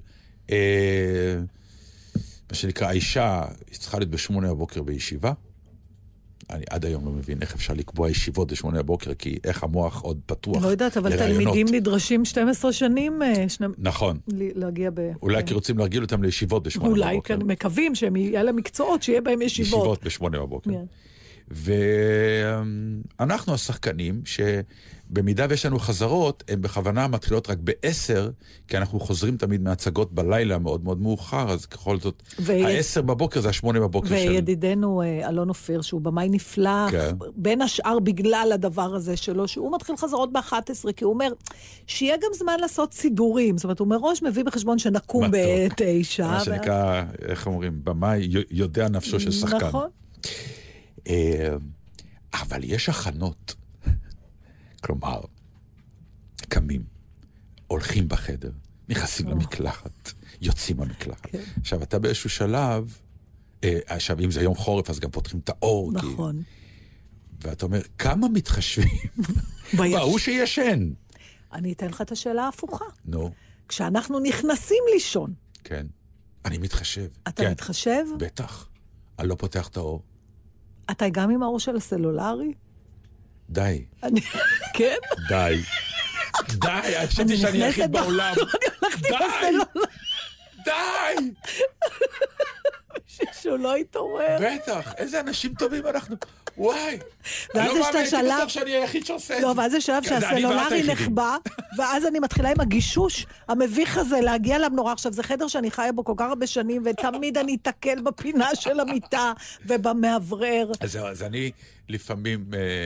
J: מה שנקרא, האישה צריכה להיות ב8 בבוקר בישיבה. אני עד היום לא מבין איך אפשר לקבוע ישיבות ב8 בבוקר, כי איך המוח עוד פתוח.
I: לא יודעת, אבל תלמידים נדרשים 12 שנים
J: נכון.
I: להגיע
J: אולי כי רוצים להרגיל אותם לישיבות ב8 בבוקר.
I: אולי מקווים שהם יהיה להם מקצועות, שיהיה בהם ישיבות.
J: ישיבות ב8 בבוקר. ואנחנו השחקנים שבמידה ויש לנו חזרות, הן בכוונה מתחילות רק ב10, כי אנחנו חוזרים תמיד מהצגות בלילה מאוד מאוד מאוחר, אז ככל זאת, 10 בבוקר זה 8 בבוקר של...
I: וידידנו אלון אופיר, שהוא במאי נפלא, בין השאר בגלל הדבר הזה שלו, שהוא מתחיל חזרות ב11, כי הוא אומר, שיהיה גם זמן לעשות סידורים, זאת אומרת, הוא מראש מביא בחשבון שנקום ב9.
J: מה שנקרא, איך אומרים, במאי יודע נפשו של שחקן.
I: נכון.
J: אבל יש הכנות, כלומר, קמים, הולכים בחדר, נכנסים למקלחת, יוצאים מהמקלחת. עכשיו, אתה באיזשהו שלב, עכשיו, אם זה יום חורף, אז גם פותחים את האור.
I: נכון.
J: ואתה אומר, כמה מתחשבים? הוא שישן.
I: אני אתן לך את השאלה ההפוכה.
J: נו.
I: כשאנחנו נכנסים לישון.
J: כן. אני מתחשב.
I: אתה מתחשב?
J: בטח. אני לא פותח את האור.
I: אתה גם עם האור של הסלולרי?
J: די.
I: כן?
J: די. די, חשבתי שאני היחיד בעולם.
I: אני הלכתי בסלולרי.
J: די!
I: שהוא לא יתעורר.
J: בטח, איזה אנשים טובים אנחנו. וואי.
I: ואז יש את השלב...
J: אני לא בטוח שאני היחיד שעושה את זה.
I: לא, ואז יש שלב שהסלולרי נחבא, ואז אני מתחילה עם הגישוש המביך הזה להגיע למנורה. עכשיו, זה חדר שאני חיה בו כל כך הרבה שנים, ותמיד אני אתקל בפינה של המיטה ובמעברר.
J: אז אני לפעמים...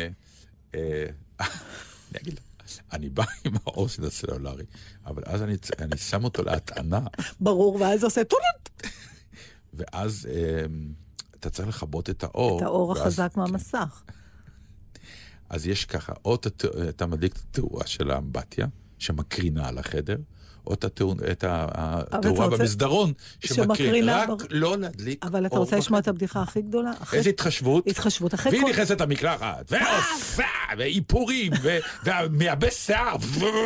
J: אני אגיד, אני בא עם האור של הסלולרי, אבל אז אני שם אותו להטענה.
I: ברור, ואז עושה טולט.
J: ואז אתה צריך לכבות את האור.
I: את האור החזק מהמסך.
J: אז יש ככה, או אתה מדליק את התאורה של האמבטיה, שמקרינה על החדר, או את התאורה במסדרון, שמקרינה, רק לא להדליק.
I: אבל אתה רוצה לשמוע את הבדיחה הכי גדולה?
J: איזו התחשבות?
I: התחשבות.
J: והיא נכנסת למקלחת, ואיפורים, ומייבש שיער.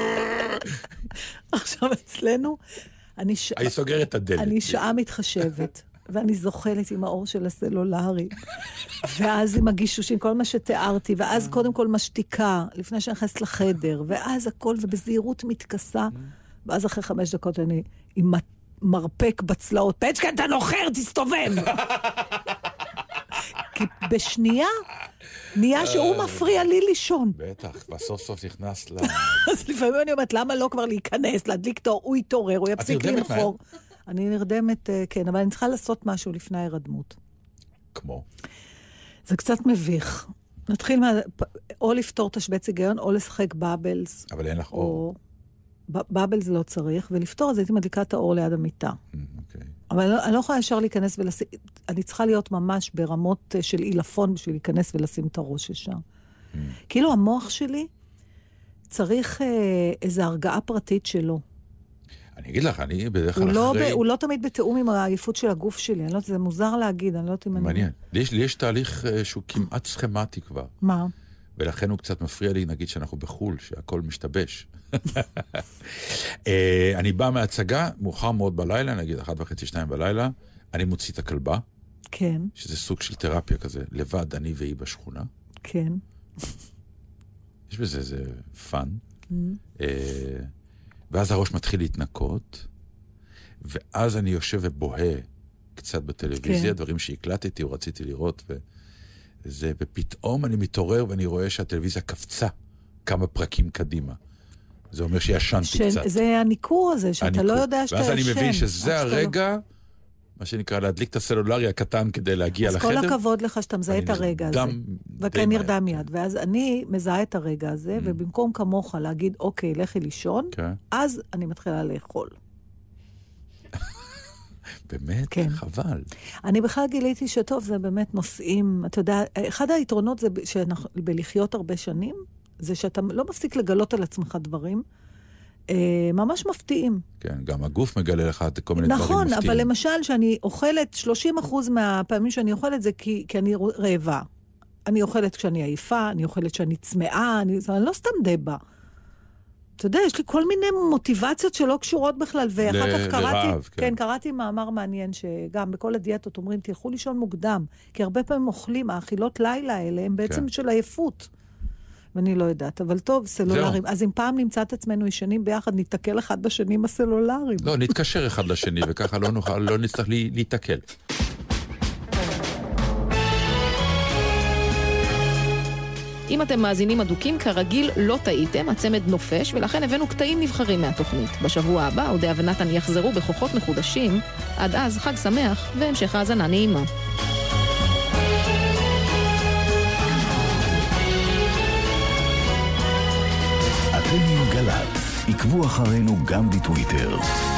I: עכשיו אצלנו, אני
J: סוגרת את הדלת.
I: אני שעה מתחשבת. ואני זוכלת עם האור של הסלולרי, ואז עם הגישושים, כל מה שתיארתי, ואז קודם כל משתיקה, לפני שאני נכנסת לחדר, ואז הכל, ובזהירות מתכסה, ואז אחרי 5 דקות אני עם מרפק בצלעות, פצ'קה, אתה נוחר, תסתובב! כי בשנייה נהיה שהוא מפריע לי לישון.
J: בטח, בסוף סוף נכנס
I: אז לפעמים אני אומרת, למה לא כבר להיכנס, להדליק תור, הוא יתעורר, הוא יפסיק לנחור. אני נרדמת, כן, אבל אני צריכה לעשות משהו לפני ההירדמות.
J: כמו?
I: זה קצת מביך. נתחיל או לפתור תשבץ היגיון, או לשחק בבלס.
J: אבל אין לך אור.
I: בבלס לא צריך, ולפתור, אז הייתי מדליקה את האור ליד המיטה. אבל אני לא יכולה ישר להיכנס ולשים, אני צריכה להיות ממש ברמות של אילפון, בשביל להיכנס ולשים את הראש ישר. כאילו המוח שלי צריך איזו הרגעה פרטית שלו.
J: אני אגיד לך, אני בדרך כלל אחרי...
I: הוא לא תמיד בתאום עם העייפות של הגוף שלי, אני לא יודעת, זה מוזר להגיד, אני לא יודעת אם אני...
J: מעניין. לי יש תהליך שהוא כמעט סכמטי כבר.
I: מה?
J: ולכן הוא קצת מפריע לי, נגיד שאנחנו בחול, שהכל משתבש. אני בא מהצגה, מאוחר מאוד בלילה, נגיד 1:30-2 בלילה, אני מוציא את הכלבה.
I: כן.
J: שזה סוג של תרפיה כזה, לבד, אני והיא בשכונה.
I: כן.
J: יש בזה איזה פן. ואז הראש מתחיל להתנקות, ואז אני יושב ובוהה קצת בטלוויזיה, דברים שהקלטתי או רציתי לראות, ופתאום אני מתעורר ואני רואה שהטלוויזיה קפצה כמה פרקים קדימה. זה אומר שישנתי קצת.
I: זה הניקור הזה, שאתה לא יודע שאתה ישן.
J: ואז אני מבין שזה הרגע, מה שנקרא, להדליק את הסלולרי הקטן כדי להגיע לחדר.
I: אז כל הכבוד לך שאתה מזהה את הרגע הזה. וכן נרדם מיד. ואז אני מזהה את הרגע הזה, ובמקום כמוך להגיד, אוקיי, לכי לישון, אז אני מתחילה לאכול.
J: באמת?
I: כן.
J: חבל.
I: אני בכלל גיליתי שטוב, זה באמת נושאים, אתה יודע, אחד היתרונות זה בלחיות הרבה שנים, זה שאתה לא מפסיק לגלות על עצמך דברים, ממש מפתיעים.
J: כן, גם הגוף מגלה לך כל מיני דברים מפתיעים.
I: נכון, אבל למשל, שאני אוכלת, 30% מהפעמים שאני אוכלת זה כי אני רעבה. אני אוכלת כשאני עייפה, אני אוכלת כשאני צמאה, אני לא סתם דבה. אתה יודע, יש לי כל מיני מוטיבציות שלא קשורות בכלל, ואחר כך קראתי מאמר מעניין, שגם בכל הדיאטות אומרים, תלכו לישון מוקדם, כי הרבה פעמים אוכלים, האכילות לילה האלה, הם בעצם של עייפות. ואני לא יודעת, אבל טוב, סלולרים. אז אם פעם נמצא את עצמנו ישנים ביחד, נתקל אחד בשני עם הסלולרים.
J: לא, נתקשר אחד לשני, וככה לא נצטרך להתקל.
H: אם אתם מאזינים אדוקים, כרגיל לא טעיתם, הצמד נופש, ולכן הבאנו קטעים נבחרים מהתוכנית. בשבוע הבא, אודיה ונתן יחזרו בכוחות מחודשים. עד אז, חג שמח, והמשך האזנה נעימה.
M: אתם עם גל"צ, עקבו אחרינו גם בטוויטר.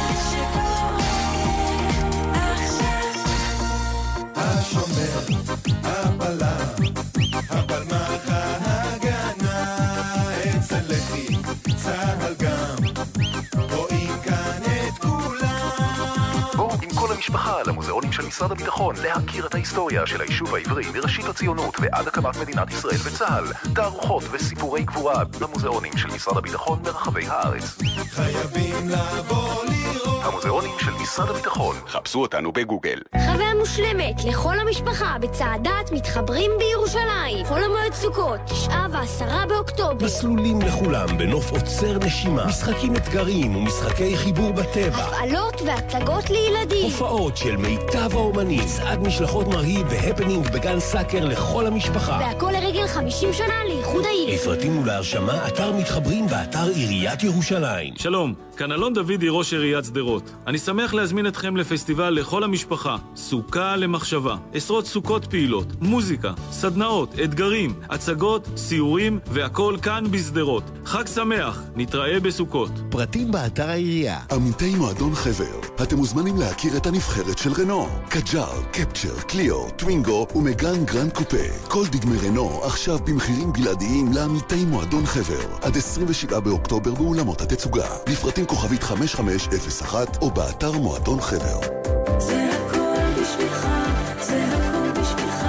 N: השומר, הבלם, הבלמח ההגנה, אצל לחי, צהל גם, רואים כאן את כולם.
M: בואו עם כל המשפחה למוזיאונים של משרד הביטחון להכיר את ההיסטוריה של היישוב העברי מראשית הציונות ועד הקמת מדינת ישראל וצה"ל, תערוכות וסיפורי גבורה במוזיאונים של משרד הביטחון ברחבי הארץ.
N: חייבים לבוא לראות.
M: המוזיאונים של משרד הביטחון, חפשו אותנו בגוגל.
O: חוויה מושלמת לכל המשפחה בצעדת מתחברים בירושלים. חול המועד סוכות, 9 ו10 באוקטובר.
P: מסלולים לכולם בנוף עוצר נשימה, משחקים אתגריים ומשחקי חיבור בטבע,
O: הפעלות והצגות לילדים,
P: הופעות של מיטב האומנים, מצעד משלחות מרהיב והפנינג בגן סאקר לכל המשפחה,
O: והכל לרגל 50 שנה לאיחוד העיר.
P: לפרטים ולהרשמה אתר מתחברים באתר עיריית ירושלים.
Q: שלום, כאן אלון דוידי, ראש עיריית שדרות. אני שמח להזמין אתכם לפסטיבל לכל המשפחה, סוכה למחשבה. עשרות סוכות פעילות, מוזיקה, סדנאות, אתגרים, הצגות, סיורים, והכל כאן בשדרות. חג שמח, נתראה בסוכות.
P: פרטים באתר העירייה.
R: עמיתי מועדון חבר, אתם מוזמנים להכיר את הנבחרת של רנו. קג'אר, קפצ'ר, קליו, טווינגו ומגן גרנד קופה. כל דגמי רנו עכשיו במחירים בלעדיים לעמיתי מועדון חבר. עד 27 באוקטובר באולמות התצוגה. לפרטים כוכבית 5501 או באתר מועדון חבר.
K: זה הכל בשבילך, זה הכל בשבילך,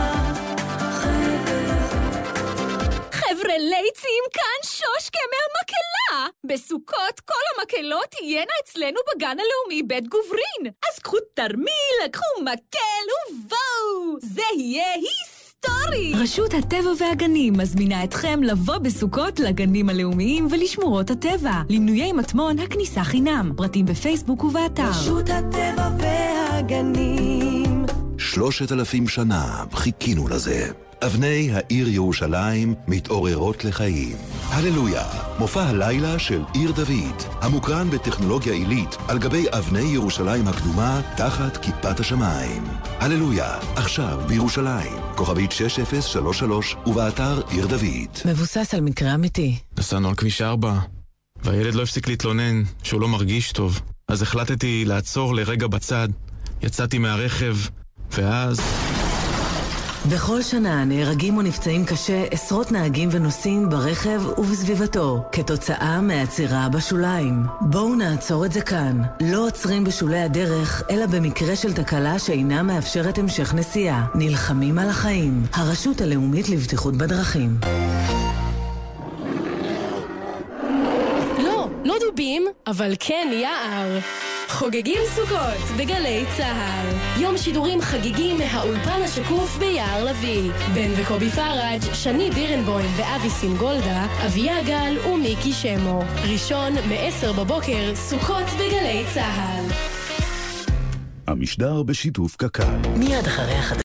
K: חבר.
S: חבר'ה ליצים, כאן שושקה מהמקהלה. בסוכות כל המקהלות תהיינה אצלנו בגן הלאומי בית גוברין. אז קחו תרמיל, קחו מקל ובואו. זה יהיה היסטורי. רשות הטבע והגנים מזמינה אתכם לבוא בסוכות לגנים הלאומיים ולשמורות הטבע. למנויי מטמון הכניסה חינם. פרטים בפייסבוק ובאתר.
K: רשות הטבע והגנים.
M: 3,000 שנה חיכינו לזה. אבני העיר ירושלים מתעוררות לחיים. הללויה, מופע הלילה של עיר דוד, המוקרן בטכנולוגיה עילית על גבי אבני ירושלים הקדומה תחת כיפת השמיים. הללויה, עכשיו בירושלים, כוכבית 6033 ובאתר עיר דוד.
T: מבוסס על מקרה אמיתי.
B: נסענו על כביש 4, והילד לא הפסיק להתלונן שהוא לא מרגיש טוב. אז החלטתי לעצור לרגע בצד, יצאתי מהרכב, ואז...
T: בכל שנה נהרגים או נפצעים קשה עשרות נהגים ונוסעים ברכב ובסביבתו, כתוצאה מהעצירה בשוליים. בואו נעצור את זה כאן. לא עוצרים בשולי הדרך, אלא במקרה של תקלה שאינה מאפשרת המשך נסיעה. נלחמים על החיים. הרשות הלאומית לבטיחות בדרכים.
S: לא דובים, אבל כן יער.
A: חוגגים סוכות בגלי צהל. יום שידורים חגיגי מהאולפן השקוף ביער לוי. בן וקובי פראג', שני בירנבוים ואבי סינגולדה, אביה גל ומיקי שמו. ראשון מ-10 בבוקר, סוכות בגלי צהל.
M: המשדר בשיתוף קק"ל.
G: מיד אחרי